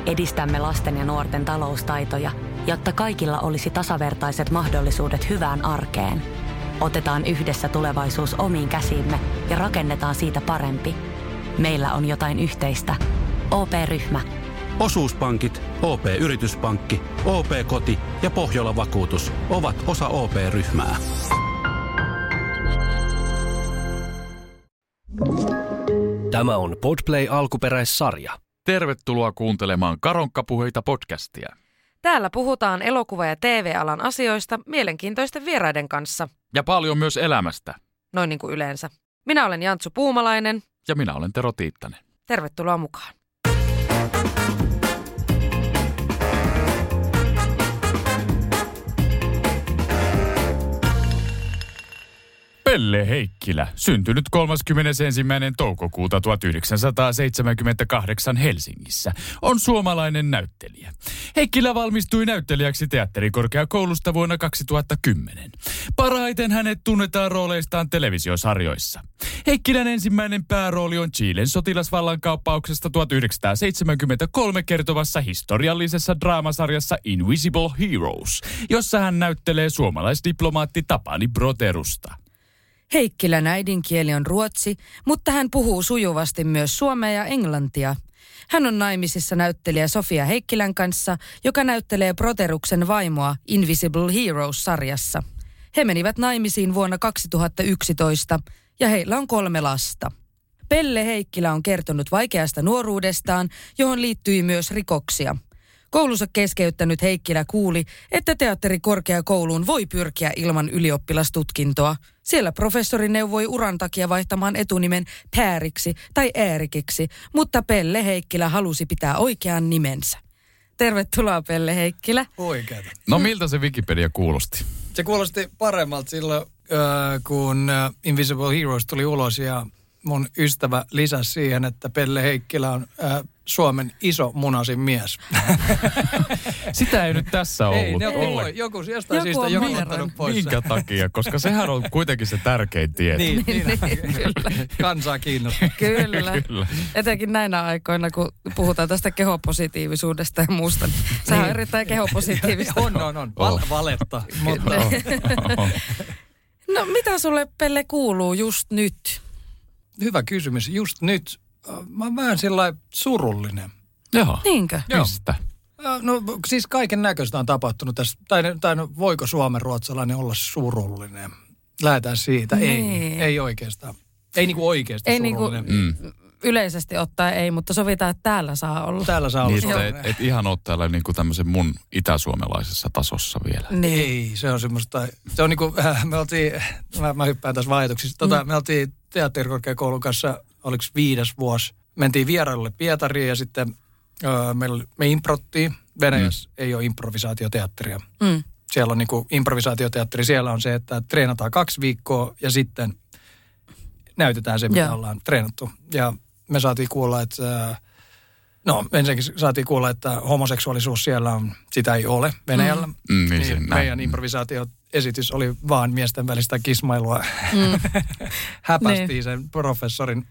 edistämme lasten ja nuorten taloustaitoja, jotta kaikilla olisi tasavertaiset mahdollisuudet hyvään arkeen. Otetaan yhdessä tulevaisuus omiin käsiimme ja rakennetaan siitä parempi. Meillä on jotain yhteistä. OP-ryhmä. Osuuspankit, OP-yrityspankki, OP-koti ja Pohjola-vakuutus ovat osa OP-ryhmää. Tämä on Podplay alkuperäissarja. Tervetuloa kuuntelemaan Karonkkapuheita podcastia. Täällä puhutaan elokuva- ja TV-alan asioista mielenkiintoisten vieraiden kanssa. Ja paljon myös elämästä. Noin niin kuin yleensä. Minä olen Jantsu Puumalainen. Ja minä olen Tero Tiittanen. Tervetuloa mukaan. Pelle Heikkilä, syntynyt 31. toukokuuta 1978 Helsingissä, on suomalainen näyttelijä. Heikkilä valmistui näyttelijäksi teatterikorkeakoulusta vuonna 2010. Parhaiten hänet tunnetaan rooleistaan televisiosarjoissa. Heikkilän ensimmäinen päärooli on Chilen sotilasvallankaappauksesta 1973 kertovassa historiallisessa draamasarjassa Invisible Heroes, jossa hän näyttelee suomalaisdiplomaatti Tapani Broterusta. Heikkilän äidinkieli on ruotsi, mutta hän puhuu sujuvasti myös suomea ja englantia. Hän on naimisissa näyttelijä Sofia Heikkilän kanssa, joka näyttelee Broteruksen vaimoa Invisible Heroes-sarjassa. He menivät naimisiin vuonna 2011 ja heillä on 3 lasta. Pelle Heikkilä on kertonut vaikeasta nuoruudestaan, johon liittyi myös rikoksia. Koulunsa keskeyttänyt Heikkilä kuuli, että teatterikorkeakouluun voi pyrkiä ilman ylioppilastutkintoa. Siellä professori neuvoi uran takia vaihtamaan etunimen Pääriksi tai Äärikiksi, mutta Pelle Heikkilä halusi pitää oikean nimensä. Tervetuloa Pelle Heikkilä. Oikeata. No miltä se Wikipedia kuulosti? Se kuulosti paremmalta silloin, kun Invisible Heroes tuli ulos ja mun ystävä lisäsi siihen, että Pelle Heikkilä on Suomen iso munasin mies. Sitä ei nyt tässä ollut. Joku jostain syystä joku on ottanut pois. Minkä takia? Koska sehän on kuitenkin se tärkein tieto. Niin, kansaa kiinnostaa. Kyllä. Etenkin näinä aikoina, kun puhutaan tästä kehopositiivisuudesta ja muusta. Sehän on erittäin kehopositiivista. On. Valetta. Mutta No mitä sulle Pelle kuuluu just nyt? Hyvä kysymys. Just nyt. Mä oon vähän sellainen surullinen. Joo. Niinkö? Mistä? No siis kaiken näköistä on tapahtunut tässä. Tai no, voiko suomenruotsalainen olla surullinen? Lähdetään siitä. Niin. Ei oikeastaan. Ei niinku oikeasti ei surullinen. Yleisesti ottaen ei, mutta sovitaan, että täällä saa olla. Täällä saa olla. Niin, et ihan ole täällä niinku tämmöisen mun itäsuomalaisessa tasossa vielä. Niin. Ei, se on semmoista. Se on niinku, me oltiin, mä hyppään tässä ajatuksissa. Me oltiin teatterikorkeakoulun kanssa, oliko 5. vuosi. Mentiin vierailulle Pietariin ja sitten me improttiin. Venäjässä ei ole improvisaatioteatteria. Siellä on niinku improvisaatioteatteri. Siellä on se, että treenataan 2 viikkoa ja sitten näytetään se, mitä ollaan treenattu. Ja me saatiin kuulla, että ensinnäkin saatiin kuulla, että homoseksuaalisuus siellä on, sitä ei ole Venäjällä. Niin meidän improvisaatioesitys oli vaan miesten välistä kismailua. Häpästiin sen professorin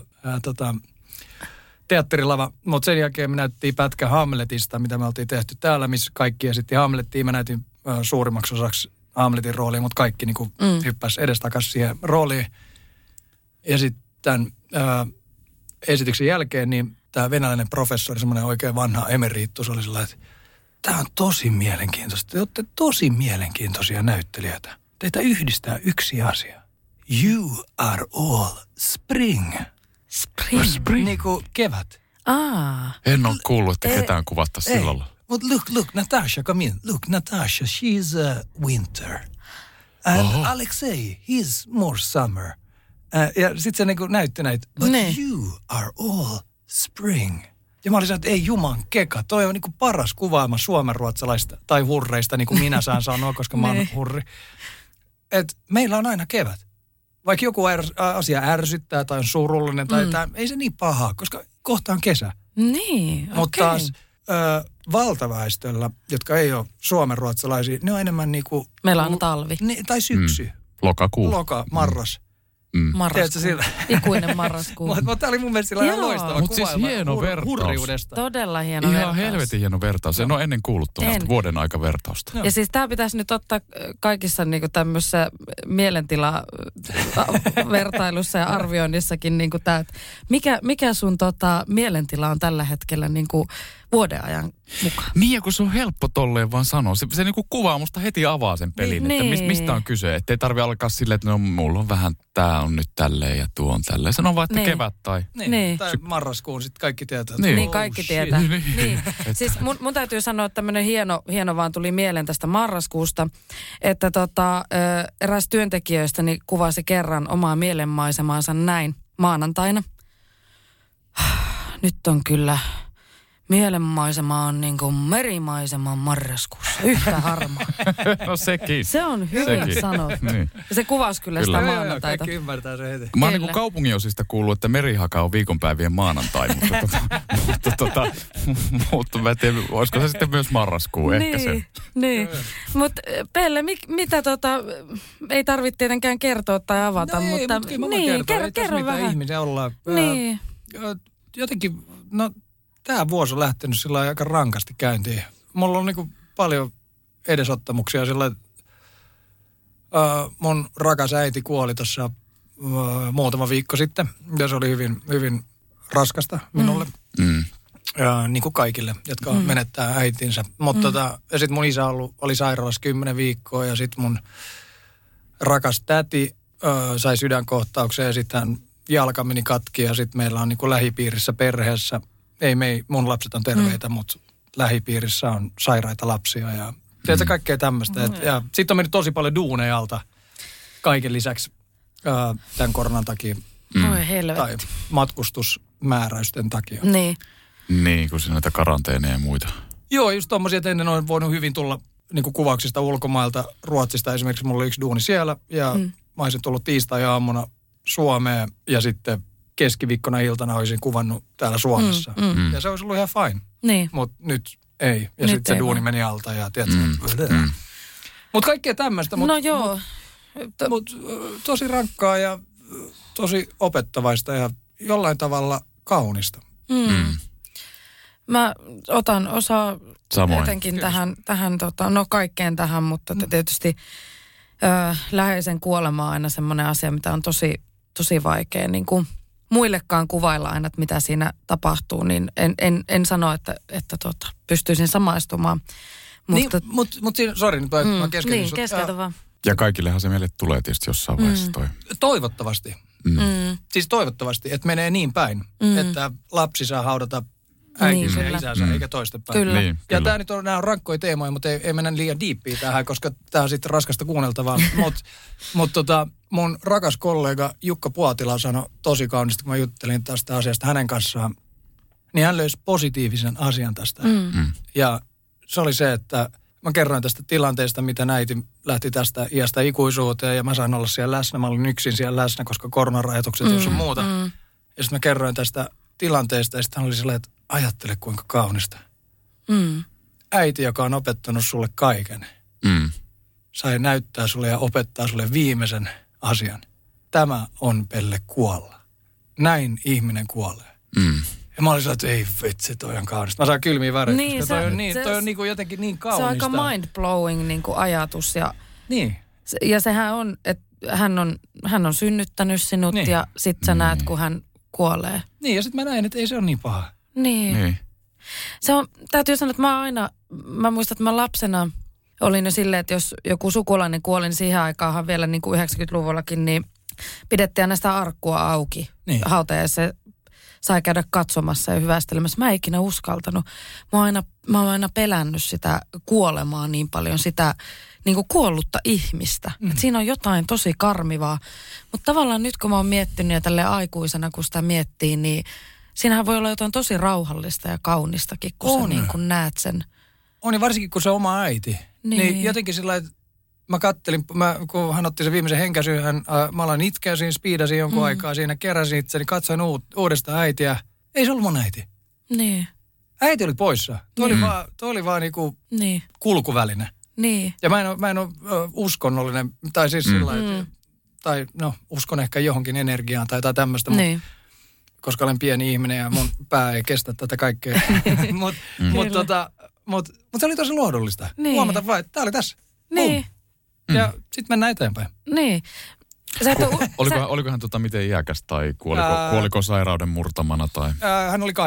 teatterilava. Mutta sen jälkeen me näyttiin pätkä Hamletista, mitä me oltiin tehty täällä, missä kaikki esitti Hamlettia. Mä näytin suurimmaksi osaksi Hamletin roolia, mutta kaikki niinku hyppäsi edestakaisin siihen rooliin. Ja sitten esityksen jälkeen niin tämä venäläinen professori, semmoinen oikein vanha emeriittus, oli sellainen, että tämä on tosi mielenkiintoista. Te olette tosi mielenkiintoisia näyttelijöitä. Teitä yhdistää yksi asia. You are all spring. Spring? Niin kuin kevät. En ole kuullut, että ketään kuvattaisiin sillä lailla. Mutta look, Natasha, come in. Look, Natasha, she's winter. And Alexei, he's more summer. Ja sitten se niinku näytti näitä, but you are all spring. Ja mä olin sanonut, että ei juman keka, toi on niinku paras kuvaama suomenruotsalaista tai hurreista, niin kuin minä saan sanoa, koska mä oon hurri. Että meillä on aina kevät. Vaikka joku asia ärsyttää tai on surullinen, tai ei se niin pahaa, koska kohta on kesä. Niin, mutta taas valtaväestöllä, jotka ei ole suomenruotsalaisia, ne on enemmän niinku... Meillä on talvi. Tai syksy. Lokakuu. Marras. Marraskuu. Ikuinen marraskuu. Mutta tämä oli mun mielestä ihan loistava Mutta siis hieno vertaus. Hurriudesta. Todella hieno Ihan vertaus. helvetin hieno vertaus. En ole ennen kuullut tuollaista vuoden aikavertausta. Ja siis tämä pitäisi nyt ottaa kaikissa niinku tämmöisissä mielentila-vertailussa ja arvioinnissakin niinku tämä, että mikä sun mielentila on tällä hetkellä niinku vuoden ajan mukaan. Niin, ja kun se on helppo tolleen vaan sanoa. Se niinku kuvaa musta heti avaa sen pelin, Niin. että mistä on kyse. Että ei tarvitse alkaa silleen, että no mulla on vähän, tää on nyt tälleen ja tuo on tälleen. Sano vaan, että kevät tai... Niin. Tai marraskuun sitten kaikki tietää. Niin, kaikki tietää. Niin. Siis mun täytyy sanoa, että tämmöinen hieno vaan tuli mieleen tästä marraskuusta, että eräs työntekijöistäni kuvasi kerran omaa mielenmaisemaansa näin maanantaina. Nyt on kyllä... Mielenmaisema on niin kuin merimaisema marraskuussa. Yhtä harmaa. No sekin. Se on hyvin sanottu. Niin. Se kuvasi kyllä sitä maanantaita. Kaikki ymmärtää se heti. Mä oon niin kaupunginosista kuullut, että merihaka on viikonpäivien maanantai, mutta mä en tiedä, olisiko se sitten myös marraskuu ehkä se. Niin. Mutta Pelle, mitä ei tarvitse tietenkään kertoa tai avata, no mutta kerro vähän. Mitä ihmisiä ollaan. Niin. Jotenkin, tämä vuosi on lähtenyt sillä aika rankasti käyntiin. Mulla on niinku paljon edesottamuksia sillä, mun rakas äiti kuoli tuossa muutama viikko sitten. Ja se oli hyvin, hyvin raskasta minulle. Ja niin kuin kaikille, jotka menettää äitinsä. Mutta ja sitten mun isä oli sairaalassa 10 viikkoa ja sitten mun rakas täti sai sydänkohtauksen ja sitten jalka meni katki ja sitten meillä on niin kuin lähipiirissä perheessä. Mun lapset on terveitä, mutta lähipiirissä on sairaita lapsia ja tiedätkö kaikkea tämmöistä. Ja sitten on mennyt tosi paljon duuneja alta kaiken lisäksi tämän koronan takia. Oi helvetti. Tai matkustusmääräysten takia. Niin, kun siinä näitä karanteeneja ja muita. Joo, just tommosia, että ennen on voinut hyvin tulla niin kuin kuvauksista ulkomailta, Ruotsista esimerkiksi. Mulla oli yksi duuni siellä ja mä olisin tullut tiistai-aamuna Suomeen ja sitten keskiviikkona iltana olisin kuvannut täällä Suomessa. Ja se olisi ollut ihan fine. Niin. Mutta nyt ei. Ja sitten se duuni meni alta ja tiedätkö. Mutta kaikkea tämmöistä. No joo. Mutta tosi rankkaa ja tosi opettavaista ja jollain tavalla kaunista. Mä otan osaa Samoin. jotenkin tähän kaikkeen tähän, mutta tietysti läheisen kuolema on aina semmoinen asia, mitä on tosi vaikea niin kuin muillekaan kuvailla aina, että mitä siinä tapahtuu, niin en sano, että pystyisin samaistumaan. Mutta sori, nyt mä keskeytin niin, keskeytä vaan. Ja kaikillehan se meille tulee tietysti jossain vaiheessa toi. Toivottavasti. Siis toivottavasti, että menee niin päin, että lapsi saa haudata äitinsä ja isänsä, eikä toistepäin. Kyllä. Niin, ja nämä on rankkoja teemoja, mutta ei mennä liian diippiä tähän, koska tämä on sitten raskasta kuunneltavaa. Mutta mun rakas kollega Jukka Puotila sanoi tosi kaunista, kun mä juttelin tästä asiasta hänen kanssaan, niin hän löysi positiivisen asian tästä. Ja se oli se, että mä kerroin tästä tilanteesta, miten äiti lähti tästä iästä ikuisuuteen ja mä sain olla siellä läsnä. Mä olin yksin siellä läsnä, koska koronarajoitukset ja sun muuta. Ja sitten mä kerroin tästä tilanteesta ja sitten hän oli sellainen, että ajattele kuinka kaunista. Äiti, joka on opettanut sulle kaiken, sai näyttää sulle ja opettaa sulle viimeisen asian. Tämä on Pelle kuolla. Näin ihminen kuolee. Ja mä olin sanonut, että ei vitsi, toi on kaunista. Mä saan kylmiä väreitä, niin, koska toi on niin kuin jotenkin niin kaunista. Se on aika mind-blowing niin kuin ajatus. Niin. Ja sehän on, että hän on synnyttänyt sinut ja sit sä näet, kun hän kuolee. Niin, ja sit mä näin, että ei se ole niin paha. Niin. Se on, täytyy sanoa, että mä muistan, että mä lapsena olin jo silleen, että jos joku sukulainen kuoli, niin siihen aikaanhan vielä niin kuin 90-luvullakin, niin pidettiin aina sitä arkkua auki hautajaisissa. Sai käydä katsomassa ja hyvästelemässä. Mä en ikinä uskaltanut. Mä oon aina pelännyt sitä kuolemaa niin paljon, sitä niin kuin kuollutta ihmistä. Et siinä on jotain tosi karmivaa. Mutta tavallaan nyt kun mä oon miettinyt ja tälleen aikuisena, kun sitä miettii, niin siinähän voi olla jotain tosi rauhallista ja kaunistakin, kun sä niin kuin näet sen. On ja varsinkin kun se oma äiti. Niin jotenkin sillä lailla, mä kattelin, kun hän otti sen viimeisen henkäsyn, mä aloin itkeä siinä, spiidasin jonkun aikaa siinä, keräsin itseni, katsoin uudestaan äitiä. Ei se ollut mun äiti. Niin. Äiti oli poissa. Toi oli vaan niinku kulkuväline. Niin. Ja mä en ole uskonnollinen, tai siis sillä lailla, tai no uskon ehkä johonkin energiaan tai tämmöistä, Niin. koska olen pieni ihminen ja mun pää ei kestä tätä kaikkea. Mutta se oli tosi lohdullista. Niin. Huomata vaan, että tää oli tässä. Niin. Ja sitten mennään eteenpäin. Niin. Sä et Oliko hän miten iäkäs tai kuoliko sairauden murtamana tai? Hän oli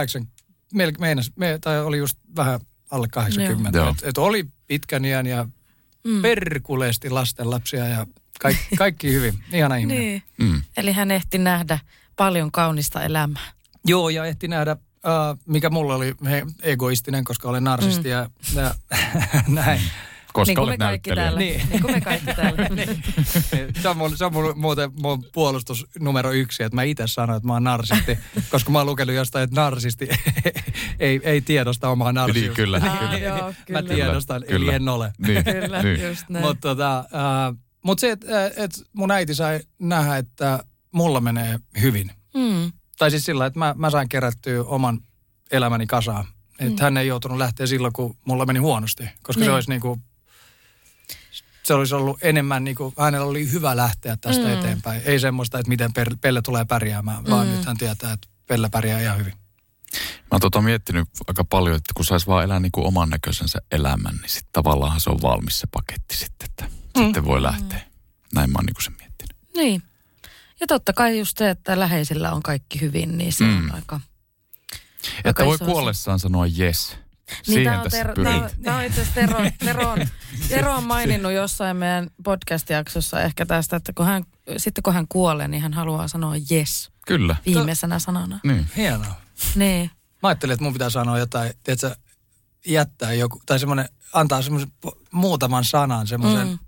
80, tai oli just vähän alle 80. Et oli pitkän iän ja perkuleesti lastenlapsia ja kaikki hyvin. Ihana ihminen. Niin. Eli hän ehti nähdä paljon kaunista elämää. Joo, ja ehti nähdä, mikä mulla oli egoistinen, koska olen narsisti ja näin. Koska niin olet näyttelijä. Niin kuin me kaikki täällä. Se on muuten mun puolustus numero 1, että mä itse sanon, että mä oon narsisti, koska mä oon lukenut jostain, että narsisti ei tiedosta omaa narsiutta. Niin, kyllä. Mä tiedostan, eli en ole. Niin. Kyllä, just näin. Mutta se, että mun äiti sai nähdä, että mulla menee hyvin. Tai siis sillä, että mä sain kerättyä oman elämäni kasaan. Että hän ei joutunut lähteä silloin, kun mulla meni huonosti. Koska se olisi niinku, se olisi ollut enemmän niinku, hänellä oli hyvä lähteä tästä eteenpäin. Ei semmoista, että miten Pelle tulee pärjäämään, vaan nyt hän tietää, että Pelle pärjää ihan hyvin. Mä oon miettinyt aika paljon, että kun sais vaan elää niinku oman näköisensä elämän, niin sitten tavallaan se on valmis se paketti sitten, että sitten voi lähteä. Näin mä oon niinku sen miettinyt. Niin. Ja totta kai just se, että läheisillä on kaikki hyvin, niin se on aika... Että voi kuollessaan sanoa yes. Siihen tässä pyrin. Tämä on itse asiassa Tero on maininnut jossain meidän podcast-jaksossa ehkä tästä, että kun hän kuolee, niin hän haluaa sanoa yes. Kyllä. Viimeisenä sanana. Niin. Hienoa. Niin. Mä ajattelin, että mun pitää sanoa jotain, tiedätkö, jättää joku, tai antaa semmoisen muutaman sanan, semmoisen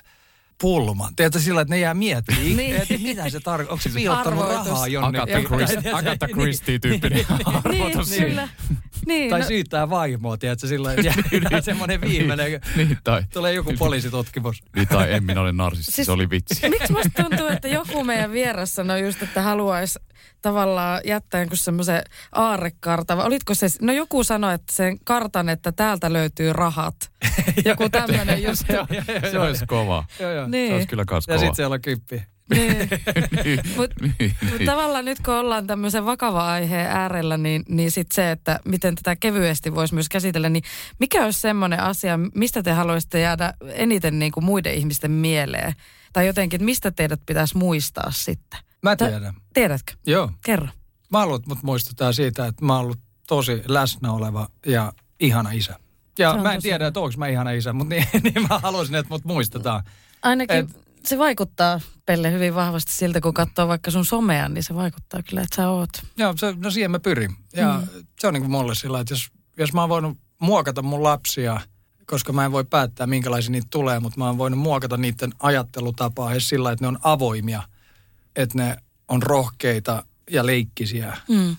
pulman. Tiedätkö sillä, että ne jää miettimään, niin. että mitä se tarkoittaa. Onko se piilottanut rahaa jonnekin? Agatha Christie-tyyppinen arvotus. Niin, kyllä. Niin, tai syyttää vaimoa, tiedätkö, sillä jää semmoinen viimeinen, niin, tai tulee joku poliisitutkimus. Niin, tai en minä ole narsisti, siis, se oli vitsi. Miksi musta tuntuu, että joku meidän vieras sanoi just, että haluaisi tavallaan jättää jonkun semmoisen aarrekartan. Olitko se, no joku sanoi, että sen kartan, että täältä löytyy rahat. Joku tämmöinen just. Se olisi kova. Niin. Se olisi kyllä kans kova. Ja sitten siellä on kyppi. Niin. Mutta tavallaan nyt kun ollaan tämmöisen vakava aiheen äärellä, niin sitten se, että miten tätä kevyesti voisi myös käsitellä, niin mikä olisi semmoinen asia, mistä te haluaisitte jäädä eniten niin kuin muiden ihmisten mieleen? Tai jotenkin, että mistä teidät pitäisi muistaa sitten? Mä tiedän. Tiedätkö? Joo. Kerro. Mä haluan, että mut muistutaan siitä, että mä oon ollut tosi läsnä oleva ja ihana isä. Ja mä en tiedä, että onko mä ihana isä, mutta niin mä haluaisin, että mut muistetaan. Ainakin se vaikuttaa, Pelle, hyvin vahvasti siltä, kun katsoo vaikka sun somea, niin se vaikuttaa kyllä, että sä oot. Joo, no siihen mä pyrin. Ja se on niin kuin mulle sillä, että jos mä oon voinut muokata mun lapsia, koska mä en voi päättää, minkälaisia niitä tulee, mutta mä oon voinut muokata niiden ajattelutapaa edes sillä, että ne on avoimia, että ne on rohkeita ja leikkisiä.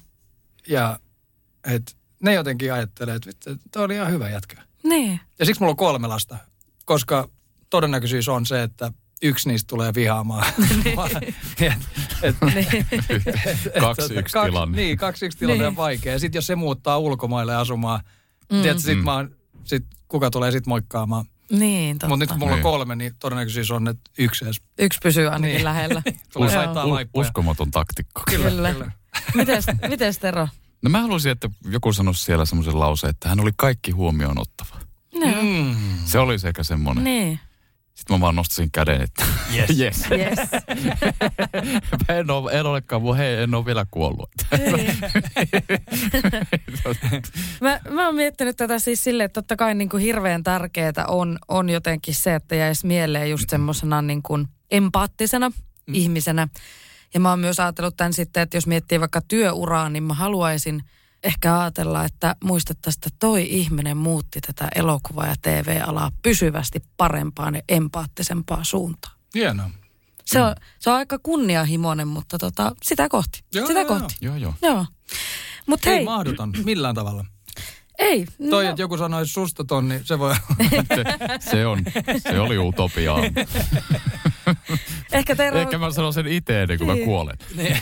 Ja että ne jotenkin ajattelee, että toi oli ihan hyvä jätkä. Niin. Ja siksi mulla on 3 lasta, koska todennäköisyys on se, että yksi niistä tulee vihaamaan. 2-1 tilanne. Niin, 2-1 tilanne on vaikea. Ja sitten jos se muuttaa ulkomaille asumaan, tiedätkö, sit kuka tulee sitten moikkaamaan. Niin, totta. Mutta nyt kun mulla on 3, niin todennäköisyys on, että yksi pysyy ainakin lähellä. Tulee laittaa laippoja. Uskomaton taktikko. Kyllä. Mites Tero? No mä haluaisin, että joku sanoisi siellä semmoisen lauseen, että hän oli kaikki huomioon ottava. Se oli sekä semmoinen. Niin. Sitten mä vaan nostasin käden, että yes. en olekaan, en ole vielä kuollut. Mä oon miettinyt tätä siis silleen, että totta kai niin kuin hirveän tärkeää on jotenkin se, että jäisi mieleen just semmosena niin kuin empaattisena ihmisenä. Ja mä oon myös ajatellut tämän sitten, että jos miettii vaikka työuraa, niin mä haluaisin ehkä ajatella, että muistettaisiin, että toi ihminen muutti tätä elokuva- ja TV-alaa pysyvästi parempaan ja empaattisempaan suuntaan. Hienoa. Se on aika kunnianhimoinen, mutta sitä kohti. Joo. Mut ei mahduton millään tavalla. Ei. Toi, että joku sanoisi susta ton, niin se voi se oli utopiaa. Ehkä mä sanon sen itse ennen kuin mä kuolen.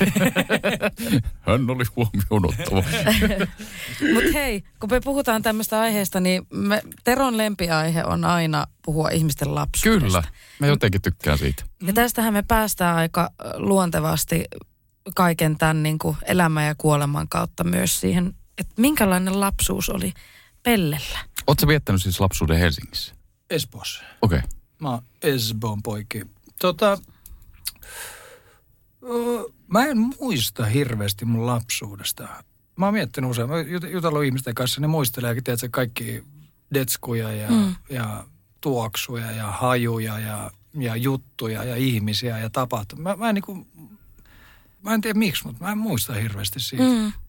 Hän oli huomioon ottava. Mutta hei, kun me puhutaan tämmöistä aiheesta, niin Teron lempiaihe on aina puhua ihmisten lapsuudesta. Kyllä, mä jotenkin tykkään siitä. Ja tästähän me päästään aika luontevasti kaiken tämän niin kuin elämän ja kuoleman kautta myös siihen, että minkälainen lapsuus oli Pellellä. Ootko viettänyt siis lapsuuden Helsingissä? Espoossa. Okei. Mä oon Espoon poiki. Mä en muista hirveästi mun lapsuudesta. Mä oon miettinyt usein. Mä jutellut ihmisten kanssa, ne muisteleekin, tiedätkö, kaikki detskuja ja tuoksuja ja hajuja ja juttuja ja ihmisiä ja tapahtumia. Mä en tiedä miksi, mutta mä en muista hirveästi siitä.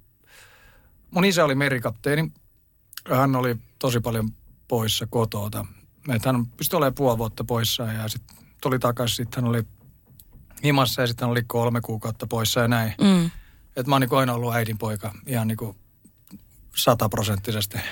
Mun isä oli merikapteeni. Hän oli tosi paljon poissa kotoota. Hän pystyi olemaan puoli vuotta poissa ja sitten tuli takaisin. Sitten hän oli himassa ja sitten hän oli 3 kuukautta poissa ja näin. Että mä oon niin aina ollut äidinpoika ihan niin 100%.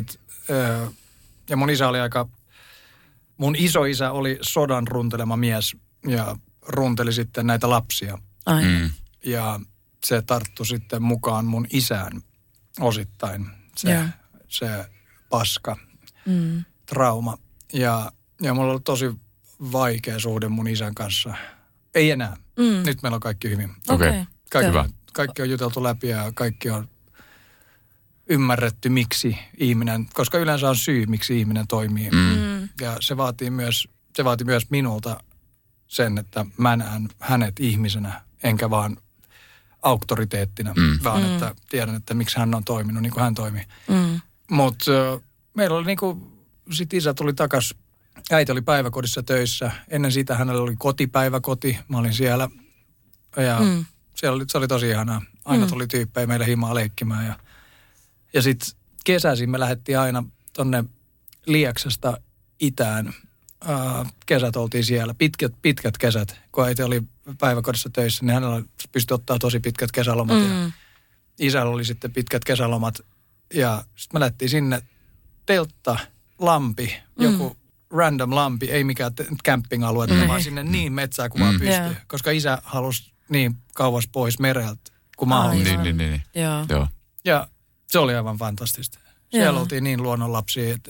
Ja mun isä oli mun isoisä oli sodan runtelema mies ja runteli sitten näitä lapsia. Ja se tarttui sitten mukaan mun isään osittain, se paska, trauma. Ja mulla oli tosi vaikea suhde mun isän kanssa. Ei enää. Nyt meillä on kaikki hyvin. Okei. Kaikki on juteltu läpi ja kaikki on ymmärretty, miksi ihminen, koska yleensä on syy, miksi ihminen toimii. Ja se vaatii myös minulta sen, että mä näen hänet ihmisenä, enkä vaan auktoriteettina, vaan että tiedän, että miksi hän on toiminut niin kuin hän toimii. Mutta meillä oli niin kuin, sit isä tuli takaisin, äiti oli päiväkodissa töissä. Ennen sitä hänellä oli kotipäiväkoti, mä olin siellä. Ja se oli tosi ihanaa. Aina tuli tyyppejä meille himaa leikkimään. Ja sitten kesäisin me lähdettiin aina tonne Lieksasta itään. Kesät oltiin siellä, pitkät kesät. Kun äiti oli päiväkodissa töissä, niin hänellä pystyi ottaa tosi pitkät kesälomat. Ja isällä oli sitten pitkät kesälomat. Ja sitten me lähdettiin sinne teltta, lampi, joku random lampi, ei mikään camping-alue, vaan sinne niin metsää kuin vaan pystyy. Koska isä halusi niin kauas pois mereltä kuin mahdollista. Niin. Joo. Ja se oli aivan fantastista. Siellä oltiin niin luonnonlapsia, että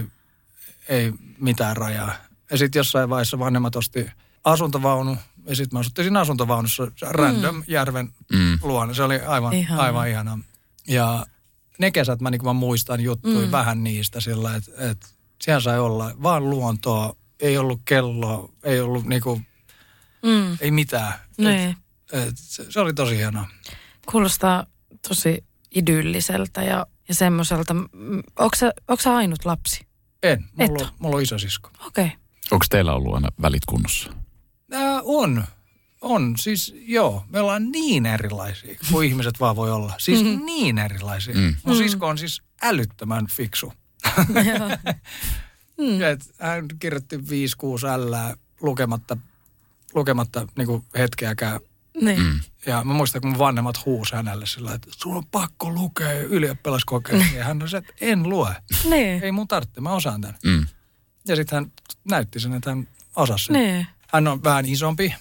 ei mitään rajaa. Ja sitten jossain vaiheessa vanhemmat osti asuntovaunu, ja sitten mä asuttiin siinä asuntovaunussa random järven luona. Se oli aivan ihanaa. Ja ne kesät mä muistan juttuja vähän niistä sillä, että siellä sai olla vaan luontoa, ei ollut kelloa, ei ollut ei mitään. Se oli tosi hienoa. Kuulostaa tosi idylliseltä ja semmoiselta. Onko sä ainut lapsi? En. Mulla on isosisko. Okei. Onko teillä ollut aina välit kunnossa? On. Siis joo, me ollaan niin erilaisia kuin ihmiset vaan voi olla. Siis niin erilaisia. Mun sisko on siis älyttömän fiksu. Hän kirjoitti 5-6 ällää lukematta niinku hetkeäkään. Ja mä muistan, kun mun vanhemmat huusi hänelle sillä, että sun on pakko lukea ylioppilaskokeen. Ja hän on se, että en lue. Ei mun tarvitse, mä osaan tämän. Ja sitten hän näytti sen, että hän osasi sen. Hän on vähän isompi.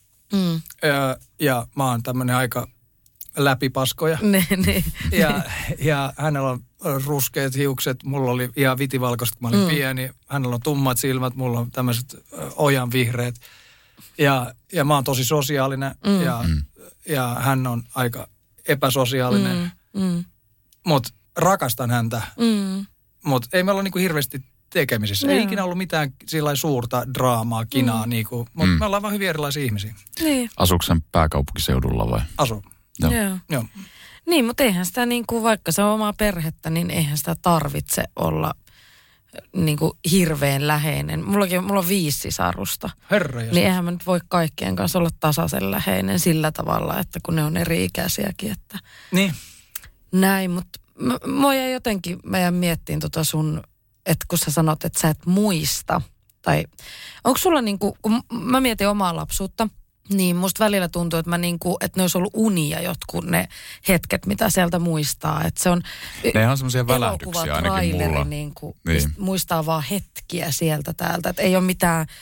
Ja mä oon tämmönen aika läpipaskoja. Ja hänellä on ruskeat hiukset, mulla oli ihan vitivalkoiset, kun mä olin pieni. Hänellä on tummat silmät, mulla on tämmöiset ojan vihreät. Ja mä oon tosi sosiaalinen ja hän on aika epäsosiaalinen. Mut rakastan häntä. Mut ei meillä ole niinku hirveästi tekemisissä. Ei ikinä ollut mitään sillä suurta draamaa, kinaa, mutta me ollaan vaan hyvin erilaisia ihmisiä. Asuuko sen pääkaupunkiseudulla vai? Asuu. Joo. Niin, mutta eihän sitä vaikka se on omaa perhettä, niin eihän sitä tarvitse olla hirveän läheinen. Mulla on 5 sisarusta. Niin eihän mä nyt voi kaikkien kanssa olla tasaisen läheinen sillä tavalla, että kun ne on eri-ikäisiäkin. Että niin. Näin, mutta mä jäin jotenkin meidän miettiin sun, että kun sä sanot, että sä et muista. Tai onko sulla kun mä mietin omaa lapsuutta, niin musta välillä tuntuu, että että ne olisi ollut unia jotkut ne hetket, mitä sieltä muistaa. Että se on ne on semmoisia välähdyksiä ainakin mulla. Muistaa vaan hetkiä sieltä täältä. Että ei ole mitään,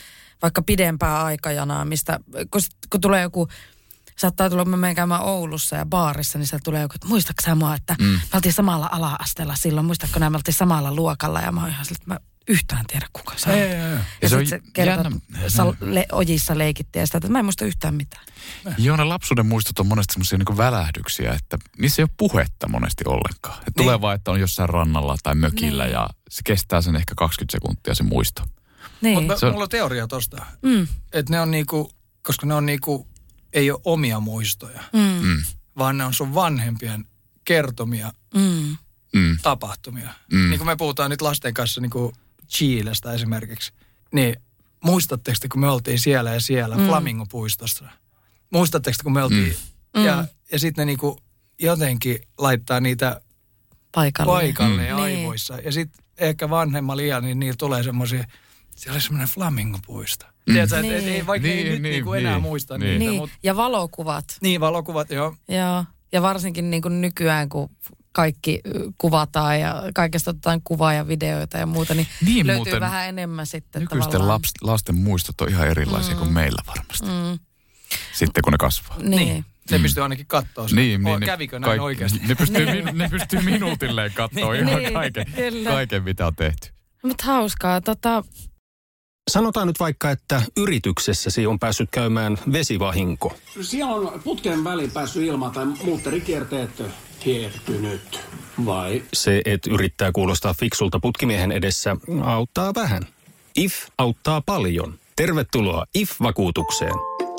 vaikka pidempää aikajanaa, mistä, kun tulee joku, saattaa tulla, mä menen käymään Oulussa ja baarissa, niin sieltä tulee joku, että muistatko sä mua, että me oltiin samalla ala-asteella silloin, muistatko me oltiin samalla luokalla ja mä oon ihan sille, että mä yhtään tiedä kuka se on. Ja sitten se kertoo, ojissa leikittiin ja sitä, että mä en muista yhtään mitään. Joo, ne lapsuuden muistot on monesti semmoisia niin välähdyksiä, että niissä ei ole puhetta monesti ollenkaan. Että tulee vaan, että on jossain rannalla tai mökillä ja se kestää sen ehkä 20 sekuntia se muisto. Niin. Mutta mulla on teoria tosta, että ne on niinku, koska ne on niinku, ei ole omia muistoja, vaan ne on sun vanhempien kertomia tapahtumia. Niin kuin me puhutaan nyt lasten kanssa niinku Chilestä esimerkiksi, niin muistatteko te, kun me oltiin siellä ja siellä Flamingo-puistossa? Muistatteko te, kun me oltiin, ja sitten ne niinku jotenkin laittaa niitä paikalle aivoissa. Ja sitten ehkä vanhemmalla iällä, niin niillä tulee semmoisia, siellä oli semmoinen Flamingo-puisto. Tiedätkö, että ei vaikka ei nyt enää muista niitä. Niin, ja valokuvat. Niin, valokuvat, joo. Joo, ja varsinkin niin kuin nykyään, kun kaikki kuvataan ja kaikesta otetaan kuvaa ja videoita ja muuta, niin löytyy vähän enemmän sitten nykyisten lasten muistot on ihan erilaisia kuin meillä varmasti. Sitten kun ne kasvaa. Niin. Ne pystyy ainakin katsoa sen. Niin, kävikö näin oikeasti? Ne pystyy minuutilleen katsoa ihan kaiken, mitä on tehty. Mutta hauskaa. Sanotaan nyt vaikka, että yrityksessäsi on päässyt käymään vesivahinko. Siellä on putken väliin päässyt ilma tai muutterikierteet hiertynyt, vai? Se, että yrittää kuulostaa fiksulta putkimiehen edessä, auttaa vähän. IF auttaa paljon. Tervetuloa IF-vakuutukseen.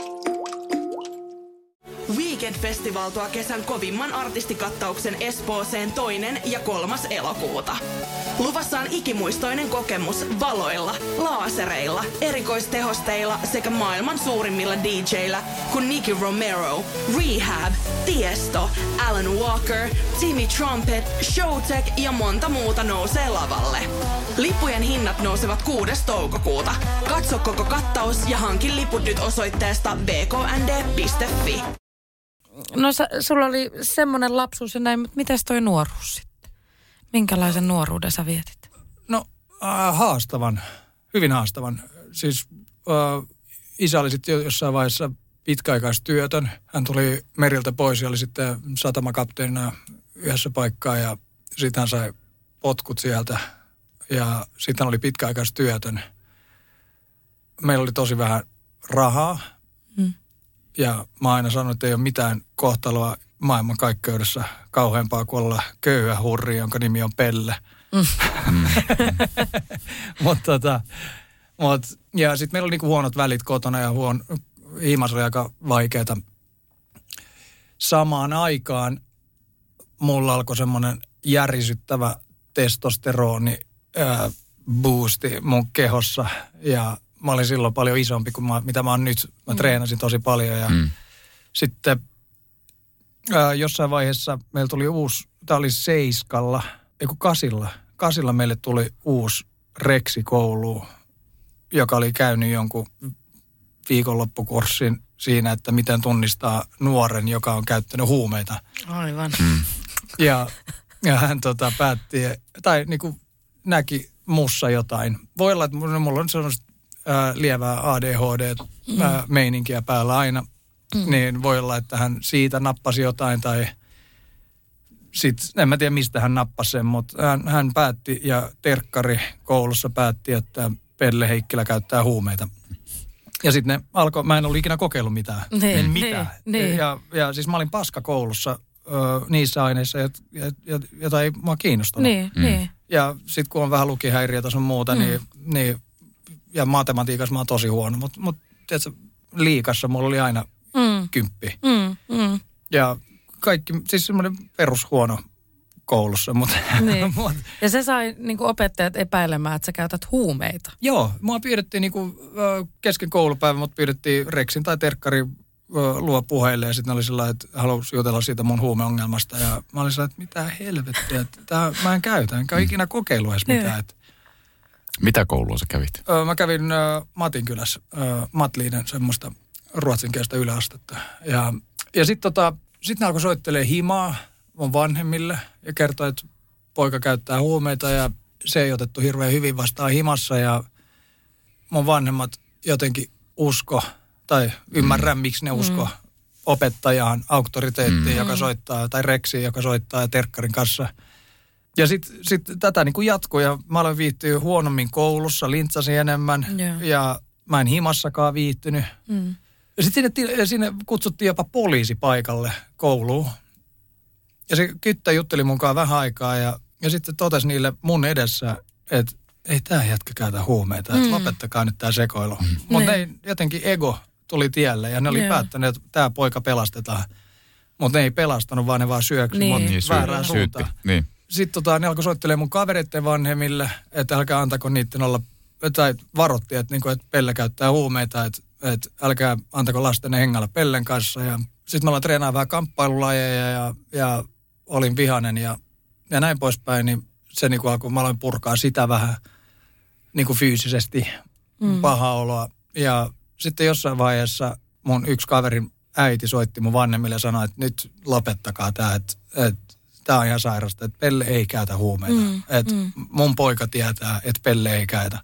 Weekend-festival tuo kesän kovimman artistikattauksen Espooseen 2. ja 3. elokuuta. Luvassa on ikimuistoinen kokemus valoilla, laasereilla, erikoistehosteilla sekä maailman suurimmilla DJillä kuin Nicky Romero, Rehab, Tiesto, Alan Walker, Timmy Trumpet, Showtek ja monta muuta nousee lavalle. Lippujen hinnat nousevat 6. toukokuuta. Katso koko kattaus ja hankin liput nyt osoitteesta bknd.fi. No sulla oli semmoinen lapsuus ja näin, mutta mitäs toi nuoruus sitten? Minkälaisen nuoruuden sä vietit? No haastavan, hyvin haastavan. Siis isä oli sitten jossain vaiheessa pitkäaikaistyötön. Hän tuli meriltä pois ja oli sitten satamakapteenina yhdessä paikkaa ja sitten hän sai potkut sieltä. Ja sitten hän oli pitkäaikaistyötön. Meillä oli tosi vähän rahaa. Ja mä aina sanon, että ei ole mitään kohtaloa maailmankaikkeudessa kauheampaa kuin olla köyhä hurri, jonka nimi on Pelle. Ja sitten meillä oli niinku huonot välit kotona ja himas oli aika vaikeaa. Samaan aikaan mulla alkoi semmoinen järisyttävä testosteroni boosti mun kehossa ja mä olin silloin paljon isompi kuin mitä mä oon nyt. Mä treenasin tosi paljon ja sitten jossain vaiheessa meillä tuli tää oli 8 meille tuli uusi reksikoulu, joka oli käynyt jonkun viikonloppukurssin siinä, että miten tunnistaa nuoren, joka on käyttänyt huumeita. Aivan. Ja hän päätti, tai niinku näki mussa jotain. Voi olla, että mulla on sellaista lievää ADHD-meininkiä päällä aina, niin voi olla, että hän siitä nappasi jotain tai sitten, en mä tiedä mistä hän nappasi sen, mutta hän päätti ja terkkari koulussa päätti, että Pelle Heikkilä käyttää huumeita. Ja sitten ne alkoi, mä en ollut ikinä kokeillut mitään. Niin. Ja siis mä olin paska koulussa niissä aineissa, jota ei mua kiinnostanut. Niin. Ja sitten kun on vähän lukihäiriötä sun muuta, niin ja matematiikassa mä oon tosi huono, mutta tiedätkö, liikassa mulla oli aina 10. Ja kaikki, siis semmoinen perushuono koulussa. Niin. Ja se sai niinku opettajat epäilemään, että sä käytät huumeita. Joo, mua pyydettiin niinku, kesken koulupäivän, mutta pyydettiin reksin tai terkkari luo puheille. Ja sitten oli sellainen, että halusi jutella siitä mun huumeongelmasta. Ja mä olin sellainen, että mitä helvettiä, että mä en käytä, enkä ikinä kokeillut edes mitään. Että mitä koulua sä kävit? Mä kävin Matinkylässä, Matliinen, semmoista ruotsinkielistä yläastetta. Ja sitten ne alkoi soittelemaan himaa mun vanhemmille ja kertoi, että poika käyttää huumeita ja se ei otettu hirveän hyvin vastaan himassa. Ja mun vanhemmat jotenkin usko tai ymmärrä, miksi ne usko opettajaan, auktoriteettiin, joka soittaa, tai reksiin, joka soittaa terkkarin kanssa. Ja sitten tätä niin kuin jatkuu, ja mä aloin viihtyä huonommin koulussa, lintsasin enemmän, ja mä en himassakaan viihtynyt. Ja sitten sinne kutsuttiin jopa poliisi paikalle kouluun. Ja se kyttä jutteli munkaan vähän aikaa, ja sitten totesi niille mun edessä, että ei tää jätkä käytä huumeita, että lopettakaa nyt tää sekoilu. Mutta jotenkin ego tuli tielle, ja ne oli päättäneet, että tää poika pelastetaan. Mutta ne ei pelastanut, vaan ne vaan syöksy väärään suuntaan. Niin. Sitten ne alkoi soittelemaan mun kavereiden vanhemmille, että älkää antako niiden olla, tai varoitti, että Pelle käyttää huumeita, että älkää antako lasten hengällä Pellen kanssa. Ja sitten me ollaan treenaamaan vähän kamppailulajeja ja olin vihainen ja näin poispäin, niin se niin alkoi, mä aloin purkaa sitä vähän niin kuin fyysisesti pahaa oloa. Ja sitten jossain vaiheessa mun yksi kaverin äiti soitti mun vanhemmille ja sanoi, että nyt lopettakaa tämä, että tämä on ihan sairasta, että Pelle ei käytä huumeita. Että mun poika tietää, että Pelle ei käytä.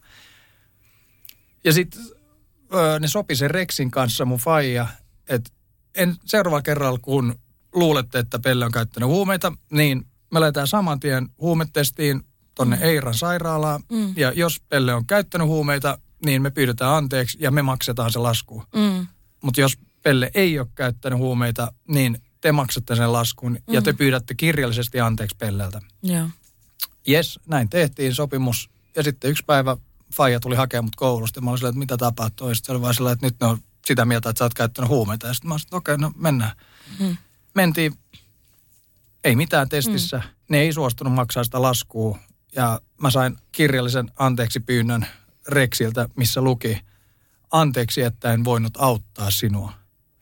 Ja sitten ne sopi sen Rexin kanssa mun faija, että seuraavalla kerralla, kun luulette, että Pelle on käyttänyt huumeita, niin me lähdetään saman tien huumetestiin tonne Eiran sairaalaan. Ja jos Pelle on käyttänyt huumeita, niin me pyydetään anteeksi ja me maksetaan se lasku. Mutta jos Pelle ei ole käyttänyt huumeita, niin te maksatte sen laskun ja te pyydätte kirjallisesti anteeksi Pelleltä. Jes, näin tehtiin sopimus. Ja sitten yksi päivä faija tuli hakemaan mut koulusta. Ja mä olin silleen, että mitä tapahtuu? Ja sitten se oli vaan silleen, että nyt ne on sitä mieltä, että sä oot käyttänyt huumeita. Ja sitten mä olin, että okei, no mennään. Mentiin, ei mitään testissä. Ne ei suostunut maksaa sitä laskua. Ja mä sain kirjallisen anteeksi pyynnön Rexiltä, missä luki, anteeksi, että en voinut auttaa sinua.